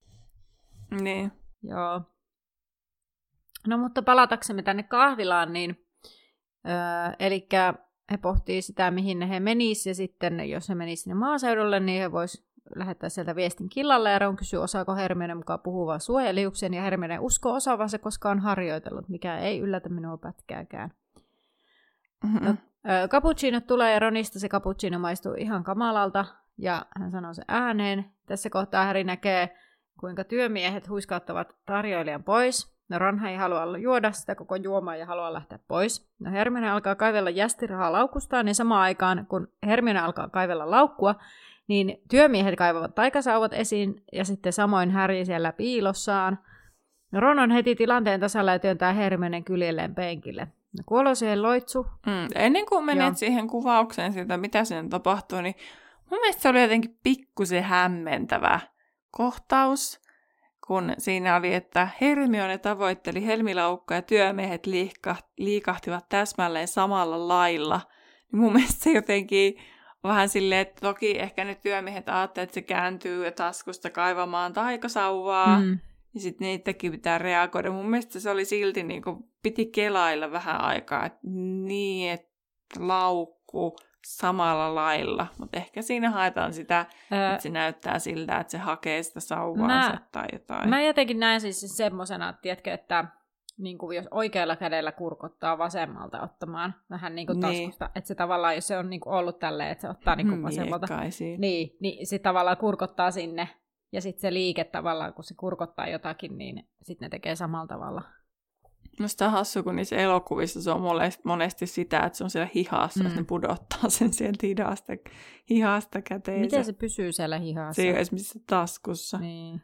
[SPEAKER 2] Niin.
[SPEAKER 1] Joo. No mutta palataksemme tänne kahvilaan, niin öö, elikkä he pohtii sitä, mihin he menis, ja sitten jos he menis sinne maaseudulle, niin he vois lähettää sieltä viestin Killalle, ja Ron kysyy, osaako Hermione mukaan puhua suojeliuksen, ja Hermione uskoo osaavansa, koska on harjoitellut, mikä ei yllätä minua pätkääkään. Mm-hmm. No, cappuccino tulee, ja Ronista se cappuccino maistuu ihan kamalalta, ja hän sanoo se ääneen. Tässä kohtaa Harry näkee, kuinka työmiehet huiskauttavat tarjoilijan pois. No Ron ei halua juoda sitä koko juomaa ja haluaa lähteä pois. No Hermione alkaa kaivella jästirahaa laukustaan, niin samaan aikaan, kun Hermione alkaa kaivella laukkua, niin työmiehet kaivavat taikasauvat esiin, ja sitten samoin Harry siellä piilossaan. No Ron on heti tilanteen tasalla ja työntää Hermionen kyljelleen penkille. No kuoloseen loitsu.
[SPEAKER 2] Mm, ennen kuin menet Joo. siihen kuvaukseen siitä, mitä siinä tapahtuu, niin mun mielestä se oli jotenkin pikkusen hämmentävä kohtaus, kun siinä oli, että Hermione tavoitteli helmilaukkaa ja työmiehet liikahtivat täsmälleen samalla lailla. Niin mun mielestä se jotenkin vähän silleen, että toki ehkä ne työmiehet ajattelevat, että se kääntyy taskusta kaivamaan taikasauvaa, mm. ja sitten niitäkin pitää reagoida. Mun mielestä se oli silti, niin kuin, piti kelailla vähän aikaa, että niin, että laukku samalla lailla. Mutta ehkä siinä haetaan sitä, öö, että se näyttää siltä, että se hakee sitä sauvaansa mä, tai jotain.
[SPEAKER 1] Mä jotenkin näen siis semmosena, että tiedätkö, että niin kuin jos oikealla kädellä kurkottaa vasemmalta ottamaan vähän niin kuin niin. taskusta, että se tavallaan, jos se on niin kuin ollut tälleen, että se ottaa niin kuin vasemmalta, niin, niin se tavallaan kurkottaa sinne, ja sitten se liike tavallaan, kun se kurkottaa jotakin, niin sitten ne tekee samalla tavalla.
[SPEAKER 2] No sitä on hassu, kun niissä elokuvissa se on monesti sitä, että se on siellä hihassa, mm. että ne pudottaa sen sieltä hihasta, hihasta käteensä.
[SPEAKER 1] Miten se pysyy siellä hihassa?
[SPEAKER 2] Se ei ole esimerkiksi taskussa.
[SPEAKER 1] Niin.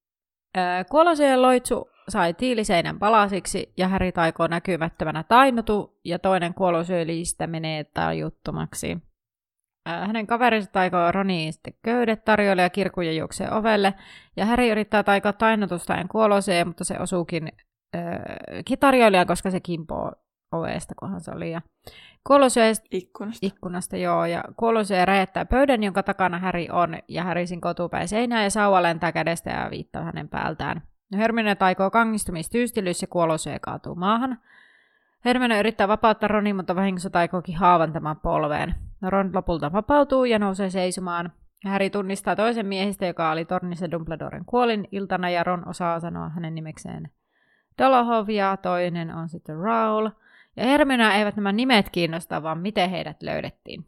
[SPEAKER 1] Kuoloseen loitsu sai tiiliseinän palasiksi, ja Harry taikoo näkymättömänä tainnutu, ja toinen kuolosyöliistä menee tajuttomaksi. Hänen kaverinsa taikoo Roniin sitten köydet, tarjoilee ja kirkuja juoksee ovelle, ja Harry yrittää taikoa tainnutusta kuoloseen, mutta se osuukin äh, tarjoilijaan, koska se kimpoo ovesta, kunhan se oli. Ja kuolosee
[SPEAKER 2] ikkunasta.
[SPEAKER 1] ikkunasta joo, ja kuolosee räjättää pöydän, jonka takana Harry on, ja Harry sinkoutuu päin seinään, ja sauva lentää kädestä ja viittaa hänen päältään. Hermione taikoo kangistumistyystelyys ja kuolosee kaatuu maahan. Hermione yrittää vapauttaa Ronin, mutta vahingossa taikookin haavan tämän polveen. Ron lopulta vapautuu ja nousee seisomaan. Harry tunnistaa toisen miehistä, joka oli tornissa Dumbledoren kuolin iltana, ja Ron osaa sanoa hänen nimekseen Dolohov, ja toinen on sitten Raoul. Ja Hermione eivät nämä nimet kiinnosta, vaan miten heidät löydettiin.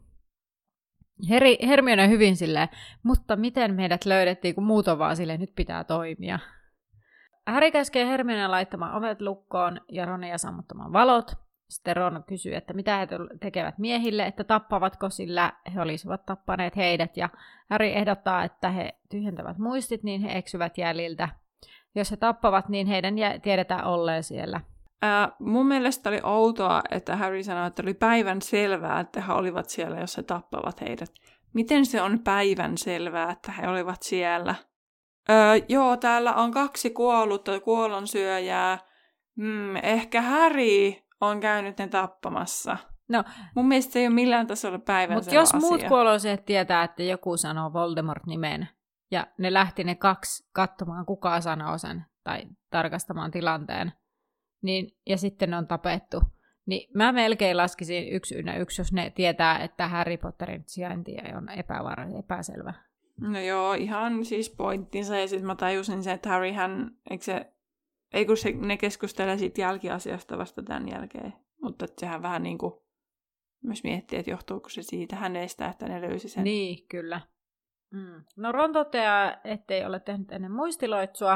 [SPEAKER 1] Her- Hermione hyvin silleen, mutta miten meidät löydettiin, kun muut on vaan silleen, nyt pitää toimia. Harry käskee Hermione laittamaan ovet lukkoon ja Ronia sammuttamaan valot. Sitten Ron kysyy, että mitä he tekevät miehille, että tappavatko, sillä he olisivat tappaneet heidät. Ja Harry ehdottaa, että he tyhjentävät muistit, niin he eksyvät jäljiltä. Jos he tappavat, niin heidän tiedetään olleen siellä.
[SPEAKER 2] Ää, mun mielestä oli outoa, että Harry sanoi, että oli päivän selvää, että he olivat siellä, jos he tappavat heidät. Miten se on päivän selvää, että he olivat siellä? Öö, joo, täällä on kaksi kuollutta kuollonsyöjää. Mm, ehkä Harry on käynyt ne tappamassa.
[SPEAKER 1] No,
[SPEAKER 2] mun mielestä se ei ole millään tasolla päivänselvä
[SPEAKER 1] mutta jos
[SPEAKER 2] asia.
[SPEAKER 1] muut kuollonsyöjät tietää, että joku sanoo Voldemort-nimen, ja ne lähti ne kaksi katsomaan, kuka sanoo sen, tai tarkastamaan tilanteen, niin, ja sitten ne on tapettu, niin mä melkein laskisin yksi ynnä yksi, jos ne tietää, että Harry Potterin sijainti on epävar- epäselvä.
[SPEAKER 2] No joo, ihan siis pointtinsa, ja sitten mä tajusin sen, että Harryhän, eikö se, ei kun se, ne keskustelee siitä jälkiasiasta vasta tämän jälkeen, mutta sehän vähän niin kuin myös miettii, että johtuuko se siitä hänestä, että ne löysi sen.
[SPEAKER 1] Niin, kyllä. Mm. No Ron toteaa, ettei ole tehnyt ennen muistiloitsua,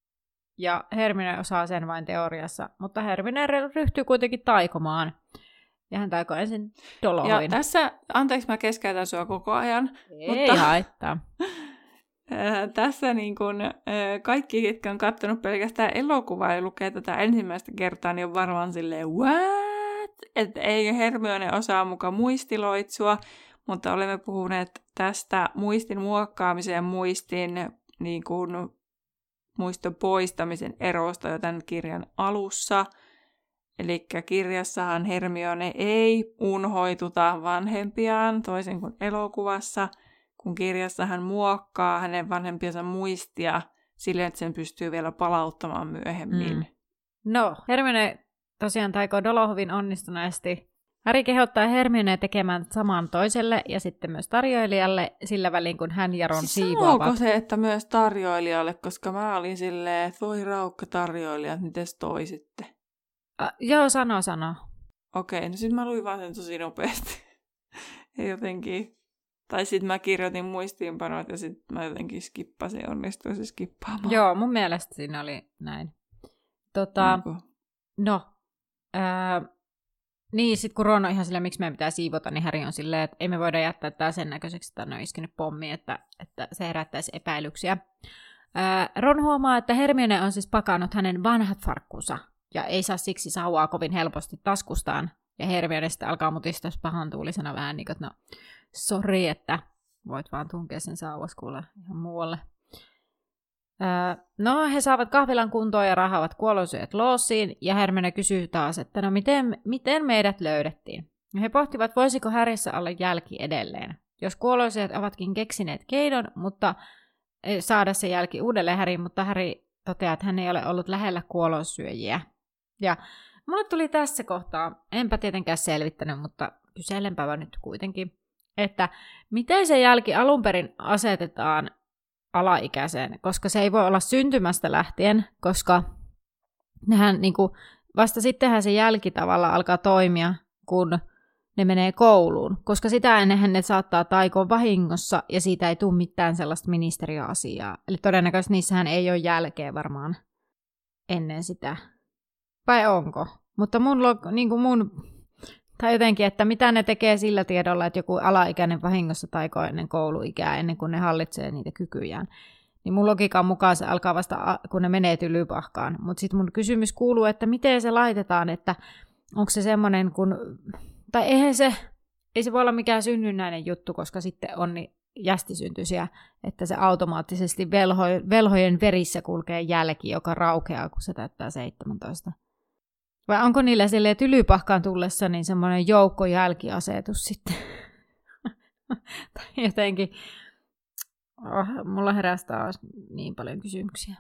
[SPEAKER 1] ja Hermione osaa sen vain teoriassa, mutta Hermione ryhtyy kuitenkin taikomaan. Ja hän taikoo ensin Dolohovin.
[SPEAKER 2] Ja tässä, anteeksi mä keskeytän sua koko ajan.
[SPEAKER 1] Ei
[SPEAKER 2] mutta,
[SPEAKER 1] haittaa.
[SPEAKER 2] Ää, tässä niin kun, ää, kaikki, jotka on katsonut pelkästään elokuvaa ja lukee tätä ensimmäistä kertaa, niin on varmaan silleen, what? Että ei Hermione osaa muka muistiloitsua, mutta olemme puhuneet tästä muistin muokkaamisen ja muistin niin kun, muiston poistamisen erosta jo tämän kirjan alussa. Eli kirjassahan Hermione ei unhoituta vanhempiaan, toisin kuin elokuvassa, kun kirjassa hän muokkaa hänen vanhempiensa muistia silleen, että sen pystyy vielä palauttamaan myöhemmin. Mm.
[SPEAKER 1] No, Hermione tosiaan taikoo Dolohovin onnistuneesti. Harry kehottaa Hermione tekemään saman toiselle ja sitten myös tarjoilijalle sillä välin, kun hän ja Ron
[SPEAKER 2] siis
[SPEAKER 1] siivoavat.
[SPEAKER 2] Sanooko se, että myös tarjoilijalle, koska mä olin silleen, että voi raukka tarjoilijat, mites toi sitten?
[SPEAKER 1] Uh, joo, sano, sano.
[SPEAKER 2] Okei, no sit mä luin vaan sen tosi nopeasti. Ja jotenkin, tai sit mä kirjoitin muistiinpanot ja sit mä jotenkin skippasin, onnistuin se skippaamaan.
[SPEAKER 1] Joo, mun mielestä siinä oli näin. Tota,
[SPEAKER 2] Onko?
[SPEAKER 1] no, ää, niin sit kun Ron on ihan silleen, miksi meidän pitää siivota, niin Harry on silleen, että ei me voida jättää tää sen näköiseksi, että on iskenyt pommi, että, että se herättäisi epäilyksiä. Ää, Ron huomaa, että Hermione on siis pakannut hänen vanhat farkkunsa, ja ei saa siksi sauvaa kovin helposti taskustaan. Ja Hermione sitten alkaa mutista pahan tuulisena vähän niin kuin, että no, sori, että voit vaan tunkea sen sauvas kuule ihan muualle. Öö, no, he saavat kahvilan kuntoon ja rahaavat kuollonsyöjät loossiin, ja Hermione kysyy taas, että no miten, miten meidät löydettiin. Ja he pohtivat, voisiko Harryssä olla jälki edelleen. Jos kuollonsyöjät ovatkin keksineet keinon, mutta saada se jälki uudelleen Harryin, mutta Harry toteaa, että hän ei ole ollut lähellä kuollonsyöjiä. Ja mulle tuli tässä kohtaa, enpä tietenkään selvittänyt, mutta kyselenpä nyt kuitenkin, että miten se jälki alun perin asetetaan alaikäiseen, koska se ei voi olla syntymästä lähtien, koska nehän, niin kuin, vasta sittenhän se jälki tavalla alkaa toimia, kun ne menee kouluun, koska sitä ennenhän ne saattaa taikoa vahingossa ja siitä ei tule mitään sellaista ministeriöasiaa. Eli todennäköisesti niissähän ei ole jälkeä varmaan ennen sitä. Vai onko? Mutta mun, niin kuin mun tai jotenkin, että mitä ne tekee sillä tiedolla, että joku alaikäinen vahingossa taikoo ennen kouluikää, ennen kuin ne hallitsee niitä kykyjään. Niin mun logiikan mukaan se alkaa vasta, kun ne menee tylypahkaan. Mutta sitten mun kysymys kuuluu, että miten se laitetaan, että onko se semmoinen, kun tai eihän se, ei se voi olla mikään synnynnäinen juttu, koska sitten on niin jästisyntyisiä, että se automaattisesti velho, velhojen verissä kulkee jälki, joka raukeaa, kun se täyttää seitsemäntoista. Vai onko niillä silleen tylypahkaan tullessa niin semmoinen joukkojälkiasetus sitten? Tai jotenkin, oh, mulla heräsi taas niin paljon kysymyksiä.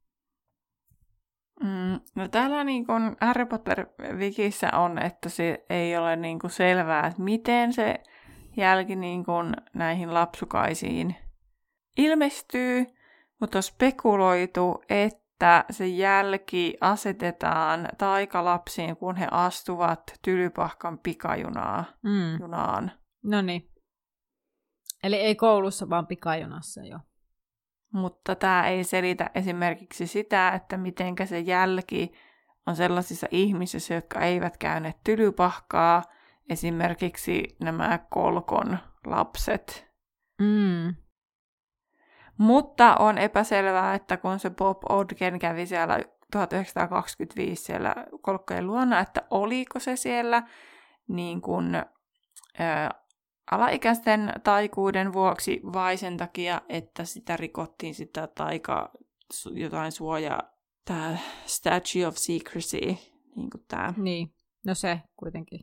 [SPEAKER 2] Mm, no täällä niin kun Harry Potter-wikissä on, että se ei ole niin kun selvää, että miten se jälki niin kun näihin lapsukaisiin ilmestyy, mutta on spekuloitu, että se jälki asetetaan taikalapsiin, kun he astuvat Tylypahkan pikajunaan.
[SPEAKER 1] Mm.
[SPEAKER 2] Junaan.
[SPEAKER 1] No niin. Eli ei koulussa, vaan pikajunassa jo.
[SPEAKER 2] Mutta tämä ei selitä esimerkiksi sitä, että mitenkä se jälki on sellaisissa ihmisissä, jotka eivät käyneet Tylypahkaa, esimerkiksi nämä Kolkon lapset.
[SPEAKER 1] Mm.
[SPEAKER 2] Mutta on epäselvää, että kun se Bob Odgen kävi siellä tuhatyhdeksänsataakaksikymmentäviisi siellä Kolkkojen luona, että oliko se siellä niin kuin, ää, alaikäisten taikuuden vuoksi vai sen takia, että sitä rikottiin sitä taika jotain suojaa, tämä Statute of Secrecy, niin kuin tämä.
[SPEAKER 1] Niin, no se kuitenkin.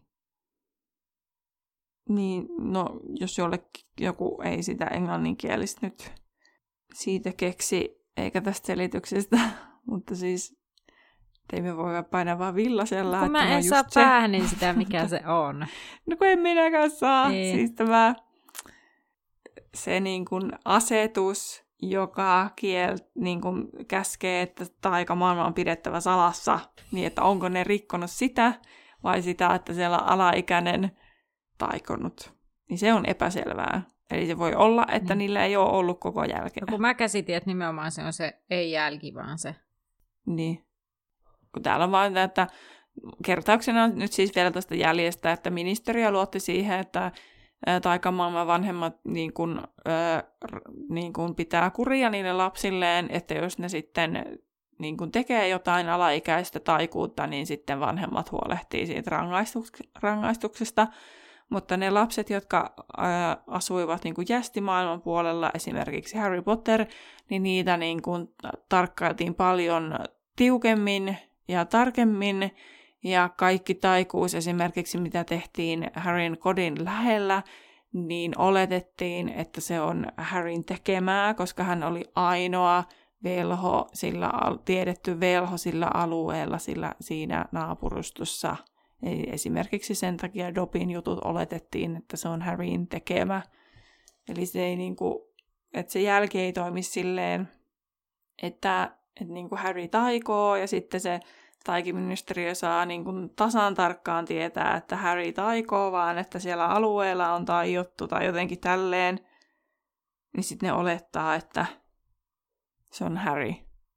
[SPEAKER 2] Niin, no jos jollekin joku ei sitä englanninkielistä nyt siitä keksi, eikä tästä selityksestä, mutta siis ei me voi painaa vaan villasella.
[SPEAKER 1] Kun mä en saa päähän sitä, mikä se on.
[SPEAKER 2] No kun en minäkään saa.
[SPEAKER 1] Ei.
[SPEAKER 2] Siis tämä se niin kuin asetus, joka kiel, niin kuin käskee, että taikamaailma on pidettävä salassa, niin että onko ne rikkonut sitä vai sitä, että siellä on alaikäinen taikonut. Niin se on epäselvää. Eli se voi olla, että niin. niillä ei ole ollut koko jälkeä.
[SPEAKER 1] No kun mä käsitin, että nimenomaan se on se ei jälki, vaan se.
[SPEAKER 2] Niin. Kun täällä on vain, että kertauksena on nyt siis vielä tästä jäljestä, että ministeriö luotti siihen, että taikamaailman vanhemmat niin kuin, äh, niin kuin pitää kuria niille lapsilleen, että jos ne sitten niin kuin tekee jotain alaikäistä taikuutta, niin sitten vanhemmat huolehtii siitä rangaistuksesta. Mutta ne lapset, jotka ää, asuivat niin kuin jästimaailman puolella, esimerkiksi Harry Potter, niin niitä niin kuin tarkkailtiin paljon tiukemmin ja tarkemmin. Ja kaikki taikuus esimerkiksi, mitä tehtiin Harryn kodin lähellä, niin oletettiin, että se on Harryn tekemää, koska hän oli ainoa velho, sillä, tiedetty velho sillä alueella sillä, siinä naapurustossa. Eli esimerkiksi sen takia Dobin jutut oletettiin, että se on Harryn tekemä. Eli se, ei niinku, että se jälki ei toimi silleen, että, että niinku Harry taikoo ja sitten se taikiministeriö saa niinku tasan tarkkaan tietää, että Harry taikoo, vaan että siellä alueella on taiottu tai jotenkin tälleen. Niin sitten ne olettaa, että se on Harry.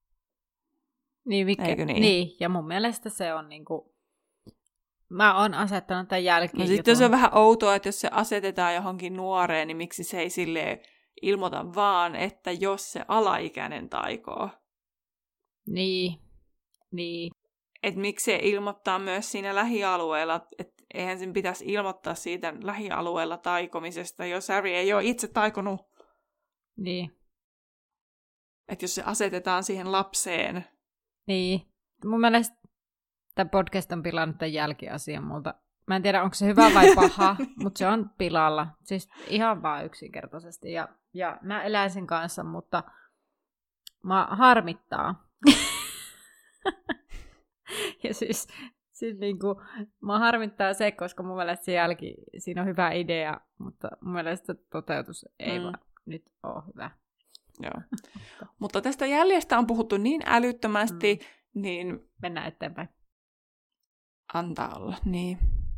[SPEAKER 1] Niin, mikä,
[SPEAKER 2] eikö niin?
[SPEAKER 1] Niin, ja mun mielestä se on niinku... Mä oon asettanut tämän jälkeen.
[SPEAKER 2] No sitten se on vähän outoa, että jos se asetetaan johonkin nuoreen, niin miksi se ei silleen ilmoita vaan, että jos se alaikäinen taikoo.
[SPEAKER 1] Niin, niin.
[SPEAKER 2] Että miksi se ilmoittaa myös siinä lähialueella, että eihän sen pitäisi ilmoittaa siitä lähialueella taikomisesta, jos Harry ei ole itse taikonut.
[SPEAKER 1] Niin.
[SPEAKER 2] Että jos se asetetaan siihen lapseen.
[SPEAKER 1] Niin. Mun mielestä tämä podcast on pilannut tämän jälkiasian multa. Mä en tiedä, onko se hyvä vai paha, mutta se on pilalla. Siis ihan vaan yksinkertaisesti. Ja, ja mä elän sen kanssa, mutta mä harmittaa. ja siis, siis niinku, mä harmittaa se, koska mun mielestä se jälki, siinä on hyvä idea, mutta mun mielestä toteutus ei mm. vaan nyt ole hyvä.
[SPEAKER 2] Joo. Mutta tästä jäljestä on puhuttu niin älyttömästi, mm. niin...
[SPEAKER 1] Mennään eteenpäin.
[SPEAKER 2] Antaa olla, niin.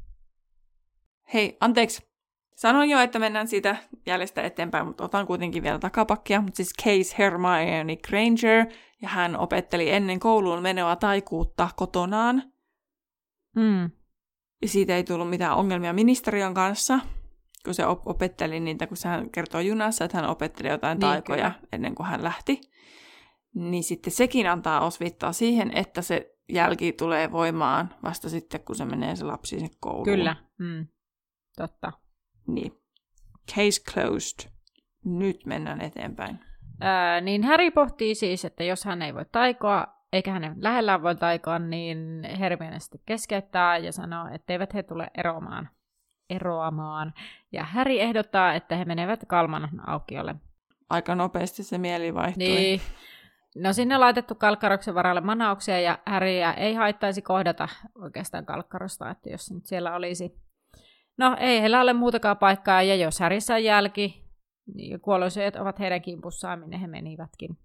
[SPEAKER 2] Hei, anteeksi. Sanoin jo, että mennään siitä jäljestä eteenpäin, mutta otan kuitenkin vielä takapakkia. Mutta siis Case Hermione Granger, ja hän opetteli ennen kouluun menoa taikuutta kotonaan.
[SPEAKER 1] Mm.
[SPEAKER 2] Ja siitä ei tullut mitään ongelmia ministeriön kanssa, kun se op- opetteli niitä, kun hän kertoo junassa, että hän opetteli jotain
[SPEAKER 1] niin,
[SPEAKER 2] taikoja kyllä. ennen kuin hän lähti. Niin sitten sekin antaa osvittaa siihen, että se jälki tulee voimaan vasta sitten, kun se menee se lapsi sinne kouluun.
[SPEAKER 1] Kyllä, mm. totta.
[SPEAKER 2] Niin. Case closed. Nyt mennään eteenpäin.
[SPEAKER 1] Öö, niin Harry pohtii siis, että jos hän ei voi taikoa, eikä hänen lähellään voi taikoa, niin Hermione sitten keskeyttää ja sanoo, että eivät he tule eroamaan. eroamaan. Ja Harry ehdottaa, että he menevät Kalmanon aukiolle.
[SPEAKER 2] Aika nopeasti se mieli vaihtui.
[SPEAKER 1] Niin. No sinne on laitettu Kalkkaroksen varalle manauksia ja Harryä ei haittaisi kohdata oikeastaan Kalkkarosta, että jos se nyt siellä olisi. No ei heillä ole muutakaan paikkaa ja jos Harryssä on jälki, niin kuolonsyöjät ovat heidän kimpussaan, minne he menivätkin.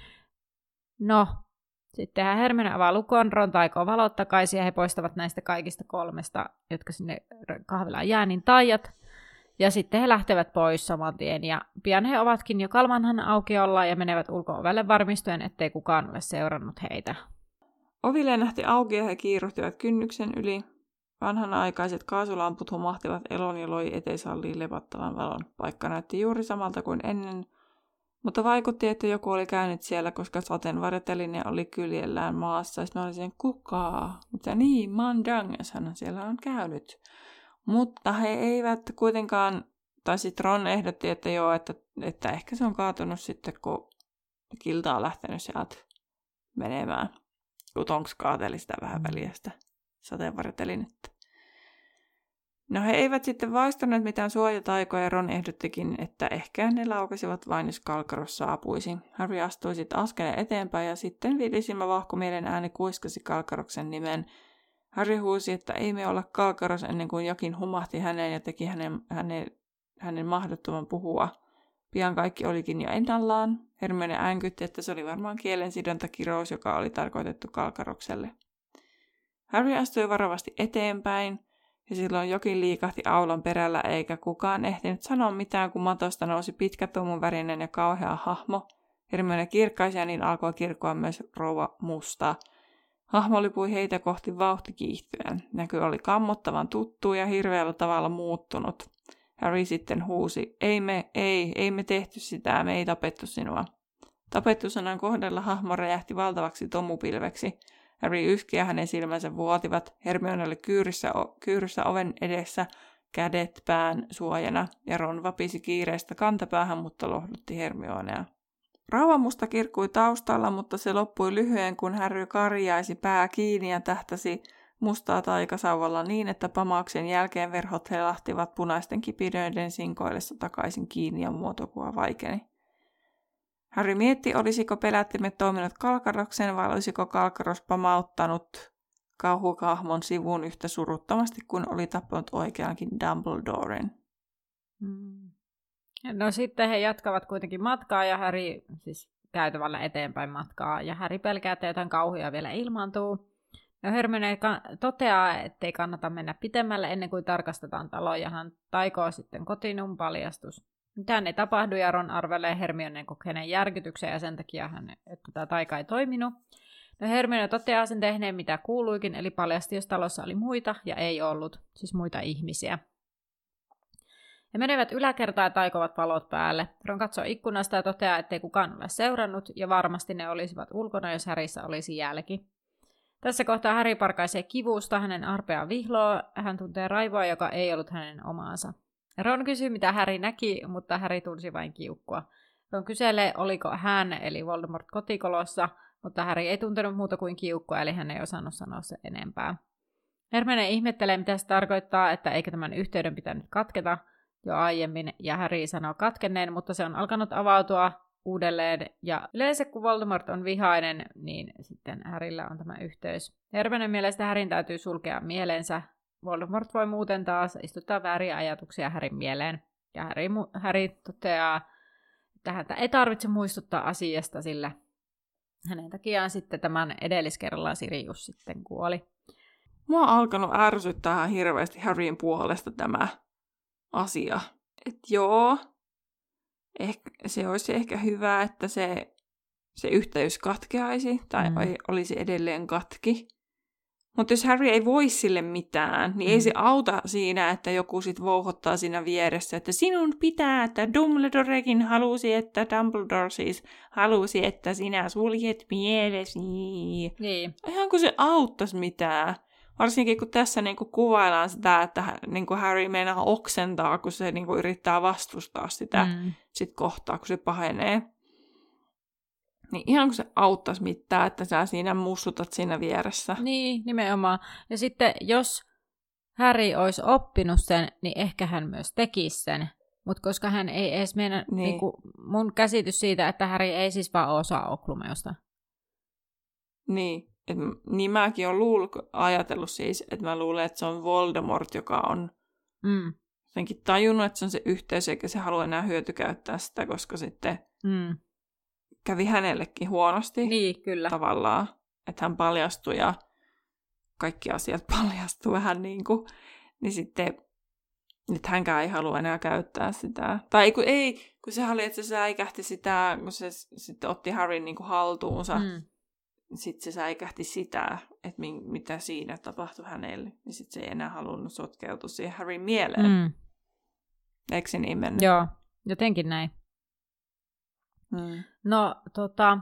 [SPEAKER 1] No, sittenhän Hermione avaa lukon, Ron taikoo valot takaisin ja he poistavat näistä kaikista kolmesta, jotka sinne kahvilaan jää, niin taijat. Ja sitten he lähtevät pois saman tien ja pian he ovatkin jo Kalmanhan aukiolla ja menevät ulko-ovelle varmistuen, ettei kukaan ole seurannut heitä.
[SPEAKER 2] Ovi lennähti auki ja he kiiruhtivat kynnyksen yli. Vanhanaikaiset kaasulamput humahtivat elon ja loi eteisalliin levattavan valon. Paikka näytti juuri samalta kuin ennen, mutta vaikutti, että joku oli käynyt siellä, koska sateenvarjoteline oli kyljellään maassa. Sitten mä olin sen, kukaa? Mutta niin, Mandangashan siellä on käynyt. Mutta he eivät kuitenkaan tai sitten Ron ehdotti, että joo, että, että ehkä se on kaatunut sitten, kun Kilta on lähtenyt sieltä menemään. Kun Tonks kaateli sitä vähän väliä sitä sateenvarjotelinettä. No he eivät sitten vaistaneet mitään suojataikoja, ja Ron ehdottikin, että ehkä ne laukasivat vain, jos Kalkaros saapuisi. Harry astui sitten askeleen eteenpäin, ja sitten vilisimä vahkomielen ääni kuiskasi Kalkaroksen nimen. Harry huusi, että ei me olla Kalkaros, ennen kuin jokin humahti häneen ja teki hänen, hänen, hänen mahdottoman puhua. Pian kaikki olikin jo ennallaan. Hermione äänkytti, että se oli varmaan kielen sidontakirous, joka oli tarkoitettu Kalkarokselle. Harry astui varovasti eteenpäin, ja silloin jokin liikahti aulan perällä, eikä kukaan ehtinyt sanoa mitään, kun matosta nousi pitkä tumun värinen ja kauhea hahmo. Hermione kirkkaisi ja niin alkoi kirkkoa myös rouva Musta. Hahmo lipui heitä kohti vauhti kiihtyen. Näky oli kammottavan tuttu ja hirveällä tavalla muuttunut. Harry sitten huusi, ei me, ei, ei me tehty sitä, me ei tapettu sinua. Tapettu sanan kohdalla hahmo räjähti valtavaksi tomupilveksi. Harry yhki ja hänen silmänsä vuotivat. Hermione oli kyyryssä, kyyryssä oven edessä, kädet pään suojana, ja Ron vapisi kiireestä kantapäähän, mutta lohdutti Hermionea. Rauhamusta kirkkui taustalla, mutta se loppui lyhyen, kun Harry karjaisi pää kiinni ja tähtäsi mustaa taikasauvalla niin, että pamauksen jälkeen verhot helahtivat punaisten kipinöiden sinkoillessa takaisin kiinni ja muotokuva vaikeni. Harry mietti, olisiko pelättimet toiminut Kalkaroksen vai olisiko Kalkaros pamauttanut kauhukahmon sivuun yhtä suruttomasti kuin oli tappanut oikeankin Dumbledoren.
[SPEAKER 1] Hmm. No sitten he jatkavat kuitenkin matkaa ja Harry siis käytävällä eteenpäin matkaa ja Harry pelkää, että jotain kauhuja vielä ilmaantuu. No Hermione toteaa, ettei kannata mennä pitemmälle ennen kuin tarkastetaan talo ja hän taikoo sitten kotiinun paljastus. Mitään ei tapahdu ja Ron arvelee Hermioneen kokeneen järkytyksen ja sen takia hän, että tämä taika ei toiminut. No Hermione toteaa sen tehneen mitä kuuluikin, eli paljasti, jos talossa oli muita ja ei ollut, siis muita ihmisiä. He menevät yläkertaan ja taikovat valot päälle. Ron katsoo ikkunasta ja toteaa, ettei kukaan ole seurannut ja varmasti ne olisivat ulkona, jos Harryssä olisi jälki. Tässä kohtaa Harry parkaisee kivusta, hänen arpeaa vihloo, hän tuntee raivoa, joka ei ollut hänen omaansa. Ron kysyy, mitä Harry näki, mutta Harry tunsi vain kiukkua. Ron kyselee, oliko hän, eli Voldemort, kotikolossa, mutta Harry ei tuntenut muuta kuin kiukkua, eli hän ei osannut sanoa se enempää. Hermione ihmettelee, mitä se tarkoittaa, että eikö tämän yhteyden pitänyt katketa jo aiemmin, ja Harry sanoo katkenneen, mutta se on alkanut avautua uudelleen, ja yleensä kun Voldemort on vihainen, niin sitten Harryllä on tämä yhteys. Hermione mielestä Harryn täytyy sulkea mielensä. Voldemort voi muuten taas istuttaa vääriä ajatuksia Harryn mieleen. Ja Harry, Harry toteaa, että häntä ei tarvitse muistuttaa asiasta, sillä hänen takiaan sitten tämän edelliskerralla Sirius sitten kuoli.
[SPEAKER 2] Mua on alkanut ärsyttää ihan hirveästi Harryn puolesta tämä asia. Että joo, ehkä, se olisi ehkä hyvä, että se, se yhteys katkeaisi tai mm. olisi edelleen katki. Mutta jos Harry ei voi sille mitään, niin mm. ei se auta siinä, että joku sit vouhottaa siinä vieressä, että sinun pitää, että Dumbledorekin halusi, että Dumbledore siis halusi, että sinä suljet mielesi.
[SPEAKER 1] Niin.
[SPEAKER 2] Ihan kun se auttaisi mitään. Varsinkin kun tässä niinku kuvaillaan sitä, että niinku Harry meinaa oksentaa, kun se niinku yrittää vastustaa sitä mm. sit kohtaa, kun se pahenee. Niin ihan kun se auttaisi mitään, että sä siinä mussutat siinä vieressä.
[SPEAKER 1] Niin, nimenomaan. Ja sitten jos Harry olisi oppinut sen, niin ehkä hän myös tekisi sen. Mutta koska hän ei edes mennä, niin. Niinku, mun käsitys siitä, että Harry ei siis vaan osaa Oklumeusta.
[SPEAKER 2] Niin, et, niin mäkin olen luullut, ajatellut siis, että mä luulen, että se on Voldemort, joka on mm. jotenkin tajunnut, että se on se yhteys, eikä se halua enää hyötykäyttää sitä, koska sitten mm. kävi hänellekin huonosti.
[SPEAKER 1] Niin, kyllä.
[SPEAKER 2] Tavallaan, että hän paljastui ja kaikki asiat paljastui vähän niin kuin, niin sitten nyt hänkään ei halua enää käyttää sitä. Tai kun ei, kun se oli, että se säikähti sitä, kun se sitten otti Harryn niin kuin haltuunsa, mm. sitten se säikähti sitä, että mi- mitä siinä tapahtui hänelle. Niin sitten se ei enää halunnut sotkeutua siihen Harryn mieleen. Mm. Eikö se niin mennyt?
[SPEAKER 1] Joo, jotenkin näin. Mm. No, tota...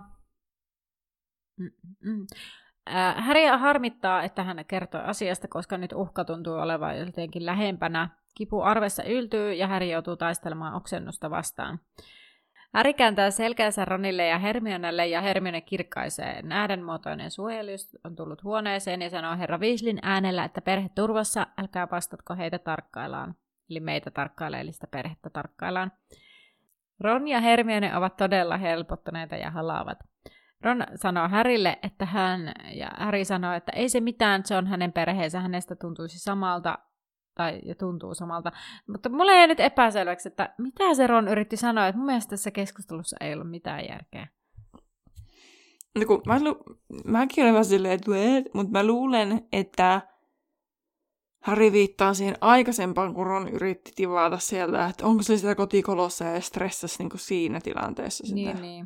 [SPEAKER 1] Mm-mm. Äh, Harry harmittaa, että hän kertoi asiasta, koska nyt uhka tuntuu olevan jotenkin lähempänä. Kipu arvessa yltyy ja Harry joutuu taistelemaan oksennusta vastaan. Harry kääntää selkänsä Ronille ja Hermionelle ja Hermione kirkkaisee. Näädänmuotoinen suojelijus on tullut huoneeseen ja sanoo herra Weasleyn äänellä, että perhe turvassa, älkää vastatko heitä tarkkaillaan. Eli meitä tarkkaileellista perhettä tarkkaillaan. Ron ja Hermione ovat todella helpottuneita ja halaavat. Ron sanoo Harrylle, että hän, ja Harry sanoo, että ei se mitään, se on hänen perheensä, hänestä tuntuisi samalta, tai ja tuntuu samalta. Mutta mulle ei nyt epäselväksi, että mitä se Ron yritti sanoa, että mun mielestä tässä keskustelussa ei ollut mitään järkeä.
[SPEAKER 2] No kun mä lu- mäkin olen vaan silleen, että mutta mä luulen, että Harry viittaa siihen aikaisempaan, kun Ron yritti tivata sieltä, että onko se sitä kotikolossa ja stressasi niin kuin siinä tilanteessa sitä.
[SPEAKER 1] Niin, niin.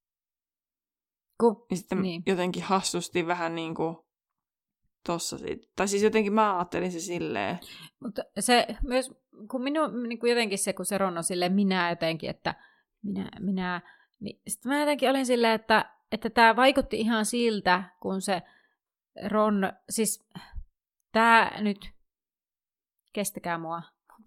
[SPEAKER 1] Ku,
[SPEAKER 2] ja sitten
[SPEAKER 1] niin.
[SPEAKER 2] jotenkin hassusti vähän niin kuin tossa siitä. Tai siis jotenkin mä ajattelin se silleen.
[SPEAKER 1] Mutta se myös, kun minun niin kuin jotenkin se, kun se Ron on silleen minä jotenkin, että minä, minä, niin sitten mä jotenkin olin silleen, että, että tämä vaikutti ihan siltä, kun se Ron, siis tämä nyt, kestäkää mua,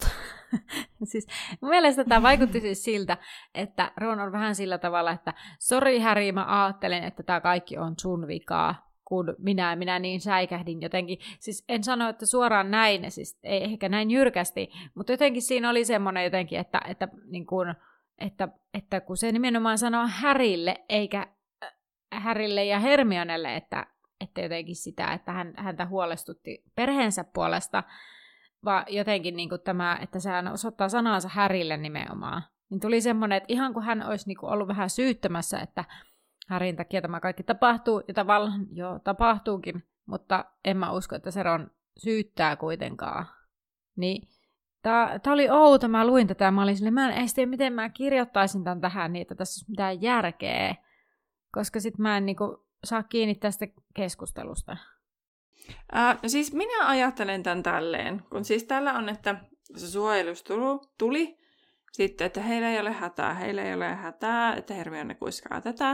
[SPEAKER 1] siis mun mielestä tämä vaikutti siis siltä, että Ron on vähän sillä tavalla, että sori Harry, mä ajattelen, että tämä kaikki on sun vikaa, kun minä, minä niin säikähdin jotenkin. Siis en sano, että suoraan näin, siis ei ehkä näin jyrkästi, mutta jotenkin siinä oli semmoinen jotenkin, että, että, niin kuin, että, että kun se nimenomaan sanoo Harrylle, eikä Harrylle ja Hermionelle, että, että jotenkin sitä, että hän, häntä huolestutti perheensä puolesta, vaan jotenkin niin kuin tämä, että sehän osoittaa sanansa Harrylle nimenomaan. Niin tuli semmoinen, että ihan kuin hän olisi niin kuin ollut vähän syyttämässä, että Harryn takia tämä kaikki tapahtuu, ja tavallaan joo, tapahtuukin, mutta en mä usko, että se Ron syyttää kuitenkaan. Niin tämä oli outo, mä luin tätä, ja mä olin silleen, mä en edes tiedä, miten mä kirjoittaisin tämän tähän, niin että tässä olisi mitään järkeä, koska sit mä en niin kuin saa kiinni tästä keskustelusta.
[SPEAKER 2] Ää, no siis minä ajattelen tämän tälleen, kun siis tällä on, että se suojelus tuli, sitten, että heillä ei ole hätää, heillä ei ole hätää, että Hermione kuiskaa tätä.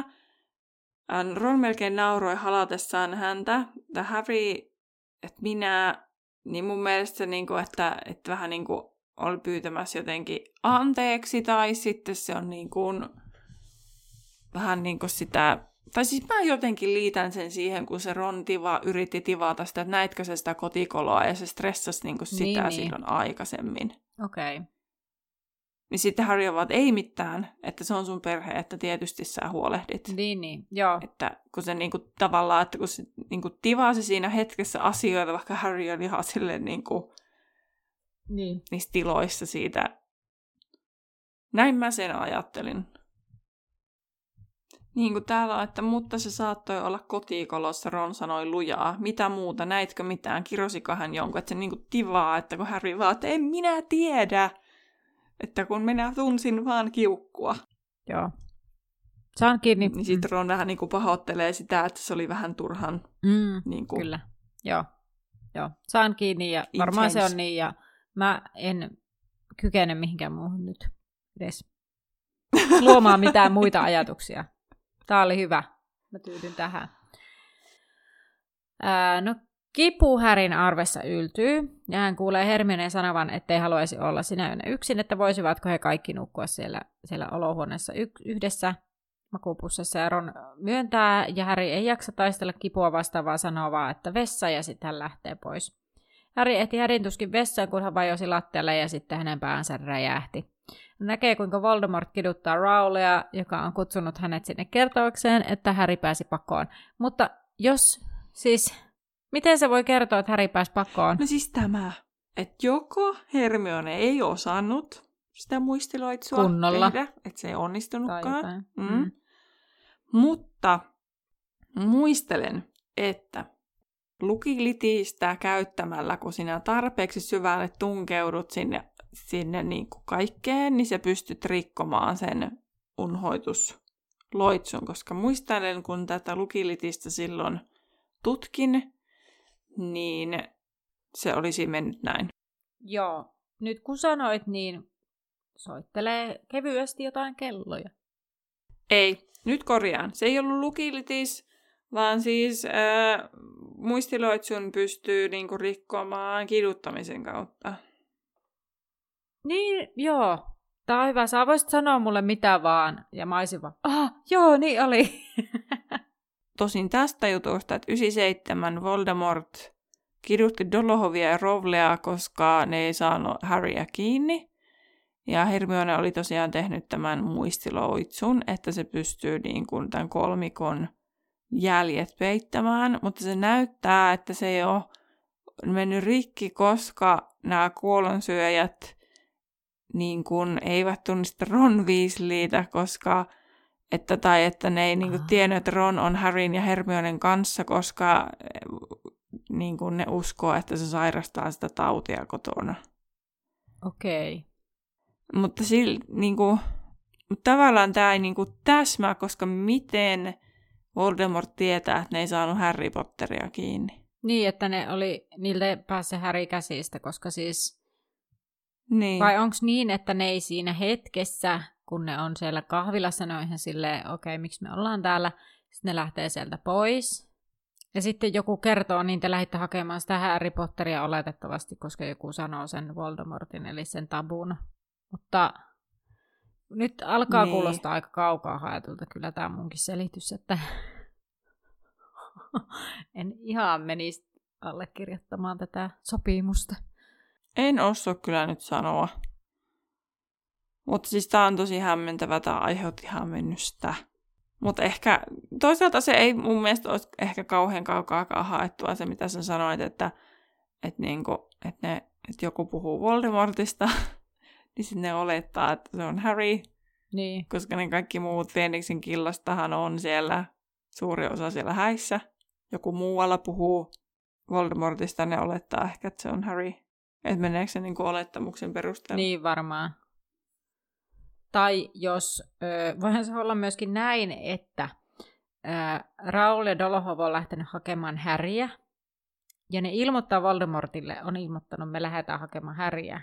[SPEAKER 2] Ron melkein nauroi halatessaan häntä, että Harry, että minä, niin mun mielestä, niin kuin, että, että vähän niin kuin oli pyytämässä jotenkin anteeksi, tai sitten se on niin kuin, vähän niin kuin sitä, tai siis mä jotenkin liitän sen siihen, kun se Ron tiva, yritti tivata sitä, että näitkö se sitä kotikoloa, ja se stressasi niin kuin sitä niin, niin. silloin aikaisemmin.
[SPEAKER 1] Okei. Okay.
[SPEAKER 2] Niin sitten Harry on vaan, että ei mitään, että se on sun perhe, että tietysti sä huolehdit.
[SPEAKER 1] Niin, niin, joo.
[SPEAKER 2] Että kun se niinku tavallaan, että kun se niinku tivasi siinä hetkessä asioita, vaikka Harry oli ihan silleen niinku
[SPEAKER 1] niin.
[SPEAKER 2] niissä tiloissa siitä. Näin mä sen ajattelin. Niin kuin täällä on, että mutta se saattoi olla kotikolossa, Ron sanoi lujaa. Mitä muuta, näitkö mitään, kirosiko hän jonkun, että se niinku tivaa, että kun Harry vaan, että en minä tiedä. Että kun minä tunsin vaan kiukkua.
[SPEAKER 1] Joo. Saan kiinni.
[SPEAKER 2] Niin sitten Ron vähän niin kuin pahoittelee sitä, että se oli vähän turhan.
[SPEAKER 1] Mm,
[SPEAKER 2] niin kuin
[SPEAKER 1] kyllä. Joo. Joo. Saan kiinni ja varmaan intense. Se on niin. Ja mä en kykene mihinkään muuhun nyt edes luomaan mitään muita ajatuksia. Tää oli hyvä. Mä tyydyn tähän. Ää, no Kipu Harryn arvessa yltyy, ja hän kuulee Hermioneen sanovan, ettei haluaisi olla sinä yönä yksin, että voisivatko he kaikki nukkua siellä, siellä olohuoneessa y- yhdessä makuupussissa. Ja Ron myöntää, ja Harry ei jaksa taistella Kipua vastaan, vaan sanoo vaan, että vessa, ja sitten hän lähtee pois. Harry ehti Harryn tuskin vessaan, kun hän vajosi lattialle, ja sitten hänen päänsä räjähti. Hän näkee, kuinka Voldemort kiduttaa Rowleya, joka on kutsunut hänet sinne kertoakseen, että Harry pääsi pakoon. Mutta jos siis... Miten se voi kertoa, että Harry pääsi pakoon?
[SPEAKER 2] No siis tämä, että joko Hermione ei osannut sitä muistiloitsua
[SPEAKER 1] kunnolla
[SPEAKER 2] tehdä, että se ei onnistunutkaan. Mm.
[SPEAKER 1] Mm.
[SPEAKER 2] Mutta muistelen, että lukilitistä käyttämällä, kun sinä tarpeeksi syvälle tunkeudut sinne, sinne niin kuin kaikkeen, niin sä pystyt rikkomaan sen unhoitusloitsun, koska muistelen, kun tätä lukilitistä silloin tutkin, niin se olisi mennyt näin.
[SPEAKER 1] Joo. Nyt kun sanoit, niin soittelee kevyesti jotain kelloja.
[SPEAKER 2] Ei. Nyt korjaan. Se ei ollut lukilitis, vaan siis äh, muistiloitsun pystyy niinku rikkomaan kiduttamisen kautta.
[SPEAKER 1] Niin, joo. Tää on hyvä. Sä voisit sanoa mulle mitä vaan. Ja mä olisin vaan, ah, joo, niin oli.
[SPEAKER 2] Tosin tästä jutusta, että yhdeksänkymmentäseitsemän Voldemort kidutti Dolohovia ja Rowleya, koska ne ei saanut Harryä kiinni. Ja Hermione oli tosiaan tehnyt tämän muistiloitsun, että se pystyy niin kuin tämän kolmikon jäljet peittämään. Mutta se näyttää, että se ei ole mennyt rikki, koska nämä kuolonsyöjät niin kuin eivät tunnista Ron Weasleytä, koska että, tai että ne ei niin kuin tiennyt, että Ron on Harryn ja Hermionen kanssa, koska niin kuin ne uskoo, että se sairastaa sitä tautia kotona.
[SPEAKER 1] Okei. Okay.
[SPEAKER 2] Mutta sillä, niin kuin, tavallaan tämä ei niin kuin täsmää, koska miten Voldemort tietää, että ne ei saanut Harry Potteria kiinni.
[SPEAKER 1] Niin, että ne oli, niiltä pääsi Harry käsistä, koska siis...
[SPEAKER 2] Niin.
[SPEAKER 1] Vai onko niin, että ne ei siinä hetkessä, kun ne on siellä kahvilassa, ne on ihan silleen, okei, okay, miksi me ollaan täällä, sitten ne lähtee sieltä pois. Ja sitten joku kertoo, niin te lähditte hakemaan sitä Harry Potteria oletettavasti, koska joku sanoo sen Voldemortin, eli sen tabun. Mutta nyt alkaa niin. Kuulostaa aika kaukaa haetulta kyllä tämä munkin selitys, että en ihan menisi allekirjoittamaan tätä sopimusta.
[SPEAKER 2] En osaa kyllä nyt sanoa. Mutta siis tää on tosi hämmentävä, tää aiheutti hämmennystä. Mutta ehkä, toisaalta se ei mun mielestä olisi ehkä kauhean kaukaakaan haettua se, mitä sä sanoit, että, että, niinku, että, ne, että joku puhuu Voldemortista, niin sitten ne olettaa, että se on Harry.
[SPEAKER 1] Niin. Koska
[SPEAKER 2] ne kaikki muut Fenixin killastahan on siellä, suuri osa siellä häissä. Joku muualla puhuu Voldemortista, ne olettaa ehkä, että se on Harry. Että meneekö se niinku olettamuksen perusteella?
[SPEAKER 1] Niin varmaan. Tai jos, ö, voihan se olla myöskin näin, että ö, Raul ja Dolohov on lähtenyt hakemaan Harryä, ja ne ilmoittaa Voldemortille, on ilmoittanut, me lähdetään hakemaan Harryä.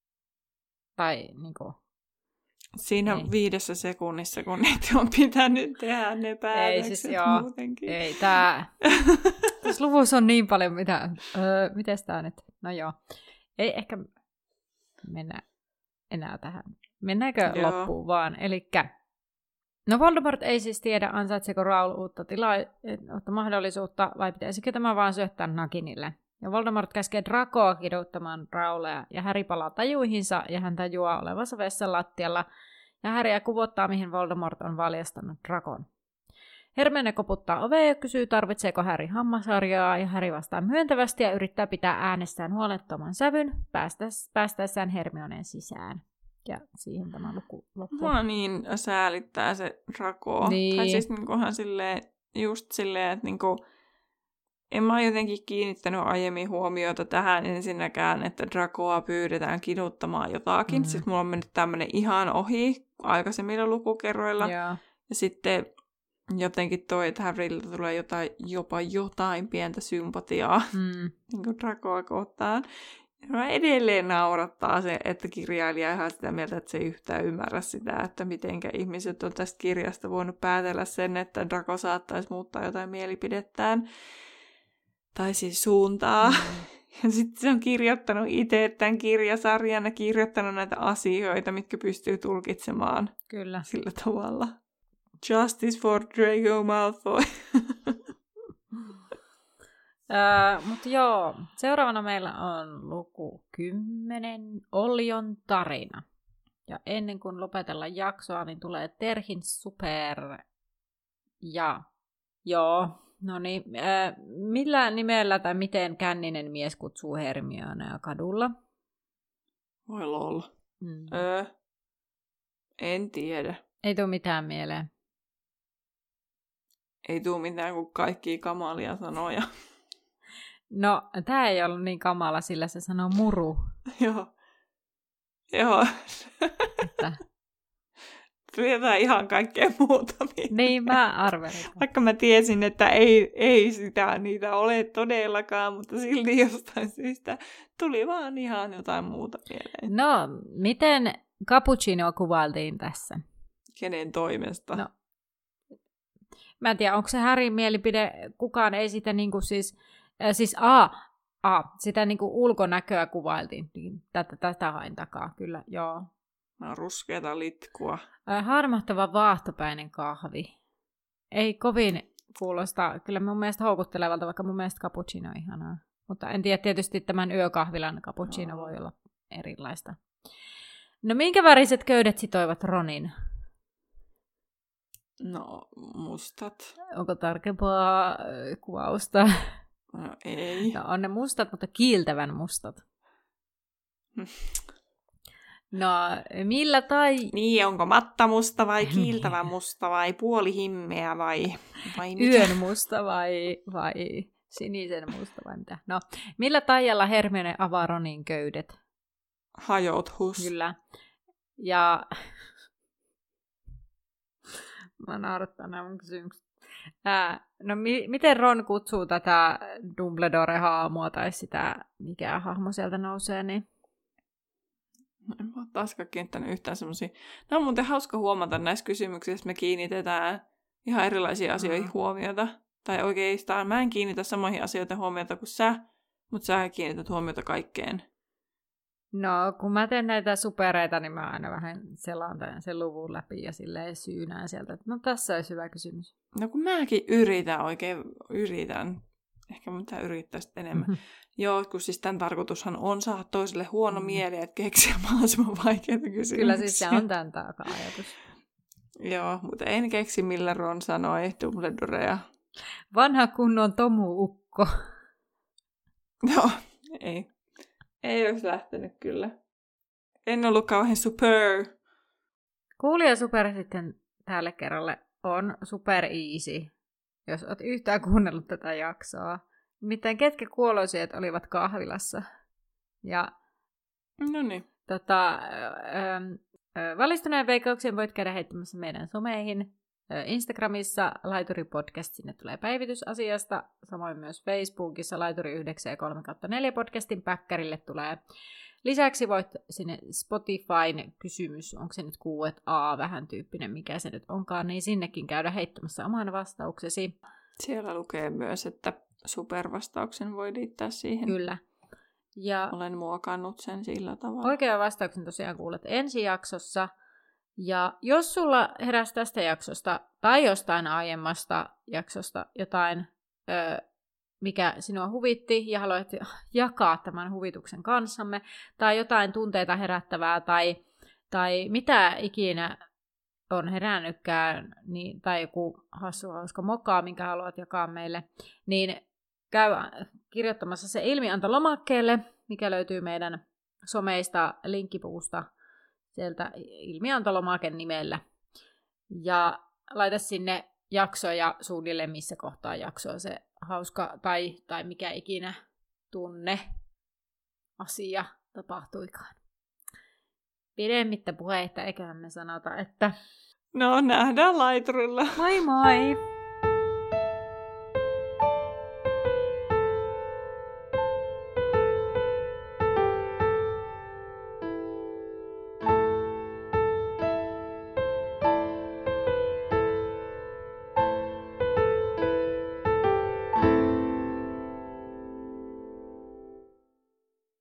[SPEAKER 1] Tai niinku...
[SPEAKER 2] Siinä niin. Viidessä sekunnissa, kun niitä on pitänyt tehdä ne päätökset
[SPEAKER 1] ei, siis, joo,
[SPEAKER 2] muutenkin.
[SPEAKER 1] Ei, tää... Tässä luvussa on niin paljon, mitä... Öö, mites tää nyt? No joo. Ei ehkä mennä enää tähän. Mennäänkö joo. loppuun vaan? Elikkä... No Voldemort ei siis tiedä, ansaitseeko Raul uutta tilaa, uutta mahdollisuutta, vai pitäisikö tämä vaan syöttää Naginille. Ja Voldemort käskee Dracoa kiduttamaan Raulea, ja Harry palaa tajuihinsa, ja hän tajuaa olevansa vessan lattialla, ja Harryä kuvottaa, mihin Voldemort on valjastanut Dracon. Hermione koputtaa ovea ja kysyy, tarvitseeko Harry hammasharjaa, ja Harry vastaa myöntävästi ja yrittää pitää äänestään huolettoman sävyn päästäessään Hermioneen sisään. Ja siihen tämä luku loppuu.
[SPEAKER 2] Mua niin säälittää se Draco.
[SPEAKER 1] Niin.
[SPEAKER 2] Tai siis niinku silleen, just silleen, että niinku, en mä jotenkin kiinnittänyt aiemmin huomiota tähän ensinnäkään, että Dracoa pyydetään kiduttamaan jotakin. Mm. Sitten mulla on mennyt tämmönen ihan ohi aikaisemmilla lukukerroilla.
[SPEAKER 1] Yeah.
[SPEAKER 2] Ja sitten jotenkin toi, että Harryllä tulee jotain, jopa jotain pientä sympatiaa
[SPEAKER 1] mm.
[SPEAKER 2] niin kuin Dracoa kohtaan. Mä edelleen naurattaa se, että kirjailija ihan sitä mieltä, että se ei yhtään ymmärrä sitä, että mitenkä ihmiset on tästä kirjasta voinut päätellä sen, että Draco saattaisi muuttaa jotain mielipidettään. Tai siis suuntaa. Mm. Ja sitten se on kirjoittanut itse tämän kirjasarjan ja kirjoittanut näitä asioita, mitkä pystyy tulkitsemaan.
[SPEAKER 1] Kyllä.
[SPEAKER 2] Sillä tavalla. Justice for Draco Malfoy.
[SPEAKER 1] Öö, mutta joo, seuraavana meillä on luku kymmenen, Ollion tarina. Ja ennen kuin lopetellaan jaksoa, niin tulee Terhin super. Ja joo, no niin, öö, millä nimellä tai miten känninen mies kutsuu Hermionea kadulla?
[SPEAKER 2] Voi lol.
[SPEAKER 1] Mm.
[SPEAKER 2] Öö, en tiedä.
[SPEAKER 1] Ei tule mitään mieleen.
[SPEAKER 2] Ei tule mitään kuin kaikkia kamalia sanoja.
[SPEAKER 1] No, tää ei ollut niin kamala, sillä se sanoo muru.
[SPEAKER 2] Joo. Joo.
[SPEAKER 1] Että...
[SPEAKER 2] Tuli jotain ihan kaikkea muuta.
[SPEAKER 1] Niin, mä arvelin.
[SPEAKER 2] Vaikka mä tiesin, että ei, ei sitä niitä ole todellakaan, mutta silti jostain syystä tuli vaan ihan jotain muuta mieleen.
[SPEAKER 1] No, miten cappuccinoa kuvailtiin tässä?
[SPEAKER 2] Kenen toimesta?
[SPEAKER 1] No, mä en tiedä, onko se Harryn mielipide, kukaan ei sitä niinku siis... Siis A, Ah, sitä niinku ulkonäköä kuvailtiin. Tätä, tätä hain takaa, kyllä, joo.
[SPEAKER 2] No, ruskeata litkua.
[SPEAKER 1] Äh, harmahtava vaahtopäinen kahvi. Ei kovin kuulosta, kyllä mun mielestä houkuttelevalta, vaikka mun mielestä cappuccino on ihanaa. Mutta en tiedä, tietysti tämän yökahvilan cappuccino no. voi olla erilaista. No minkä väriset köydet sitoivat Ronin?
[SPEAKER 2] No, mustat.
[SPEAKER 1] Onko tarkempaa äh, kuvausta?
[SPEAKER 2] No ei.
[SPEAKER 1] No on ne mustat, mutta kiiltävän mustat. No millä tai...
[SPEAKER 2] Niin, onko matta musta vai kiiltävä musta vai puolihimmeä vai, vai mikä?
[SPEAKER 1] Yön musta vai, vai sinisen musta vai mitä? No, millä taijalla Hermione avaa Ronin köydet?
[SPEAKER 2] Hajothus.
[SPEAKER 1] Kyllä. Ja... Mä naurattaa nämä mun kysymykset. Ää, no mi- miten Ron kutsuu tätä Dumbledore-haamua tai sitä, mikä hahmo sieltä nousee, niin...
[SPEAKER 2] No, en mä ole taaskaan kiinnittänyt yhtään semmosia. Nämä on muuten hauska huomata näissä kysymyksissä, että me kiinnitetään ihan erilaisiin asioihin mm. huomiota. Tai oikeastaan mä en kiinnitä samoihin asioihin huomiota kuin sä, mutta sä kiinnität huomiota kaikkeen.
[SPEAKER 1] No, kun mä teen näitä supereita, niin mä aina vähän selaan sen luvun läpi ja silleen syynään sieltä, että no tässä olisi hyvä kysymys.
[SPEAKER 2] No kun mäkin yritän oikein, yritän. Ehkä mä pitää yrittää sitten enemmän. Mm-hmm. Joo, kun siis tämän tarkoitushan on saada toiselle huono mm. mieli, että keksiä mahdollisimman vaikeita kysymyksiä.
[SPEAKER 1] Kyllä siis se on tämän taka-ajatus.
[SPEAKER 2] Joo, mutta en keksi, millä Ron sanoi Dumbledorea.
[SPEAKER 1] Vanha kunnon Tomu-ukko.
[SPEAKER 2] Joo, ei. Ei olisi lähtenyt kyllä. En ollut kauhean super.
[SPEAKER 1] Kuulija super sitten tälle kerralle on super easy, jos olet yhtään kuunnellut tätä jaksoa. Miten ketkä kuoloisiet olivat kahvilassa. Ja
[SPEAKER 2] no niin.
[SPEAKER 1] Tota, ö, ö, valistuneen veikkauksen voit käydä heittämässä meidän someihin. Instagramissa Laituri Podcast, sinne tulee päivitys asiasta. Samoin myös Facebookissa Laituri yhdeksän ja kolme kautta neljä podcastin päkkärille tulee. Lisäksi voit sinne Spotifyn kysymys, onko se nyt Q A vähän tyyppinen, mikä se nyt onkaan, niin sinnekin käydä heittämässä oman vastauksesi.
[SPEAKER 2] Siellä lukee myös, että supervastauksen voi liittää siihen.
[SPEAKER 1] Kyllä. Ja
[SPEAKER 2] olen muokannut sen sillä tavalla.
[SPEAKER 1] Oikean vastauksen tosiaan kuulet ensi jaksossa. Ja jos sulla heräsi tästä jaksosta tai jostain aiemmasta jaksosta jotain, ö, mikä sinua huvitti ja haluat jakaa tämän huvituksen kanssamme, tai jotain tunteita herättävää, tai, tai mitä ikinä on herännytkään, niin, tai joku hassu hauska mokaa, minkä haluat jakaa meille, niin käy kirjoittamassa se ilmiantolomakkeelle, mikä löytyy meidän someista linkkipuusta sieltä ilmiantolomaken nimellä. Ja laita sinne jaksoja suunnilleen, missä kohtaa jaksoa se hauska tai, tai mikä ikinä tunne asia tapahtuikaan. Pidemmittä puheita, eiköhän me sanota, että
[SPEAKER 2] no nähdään laiturilla.
[SPEAKER 1] Moi moi!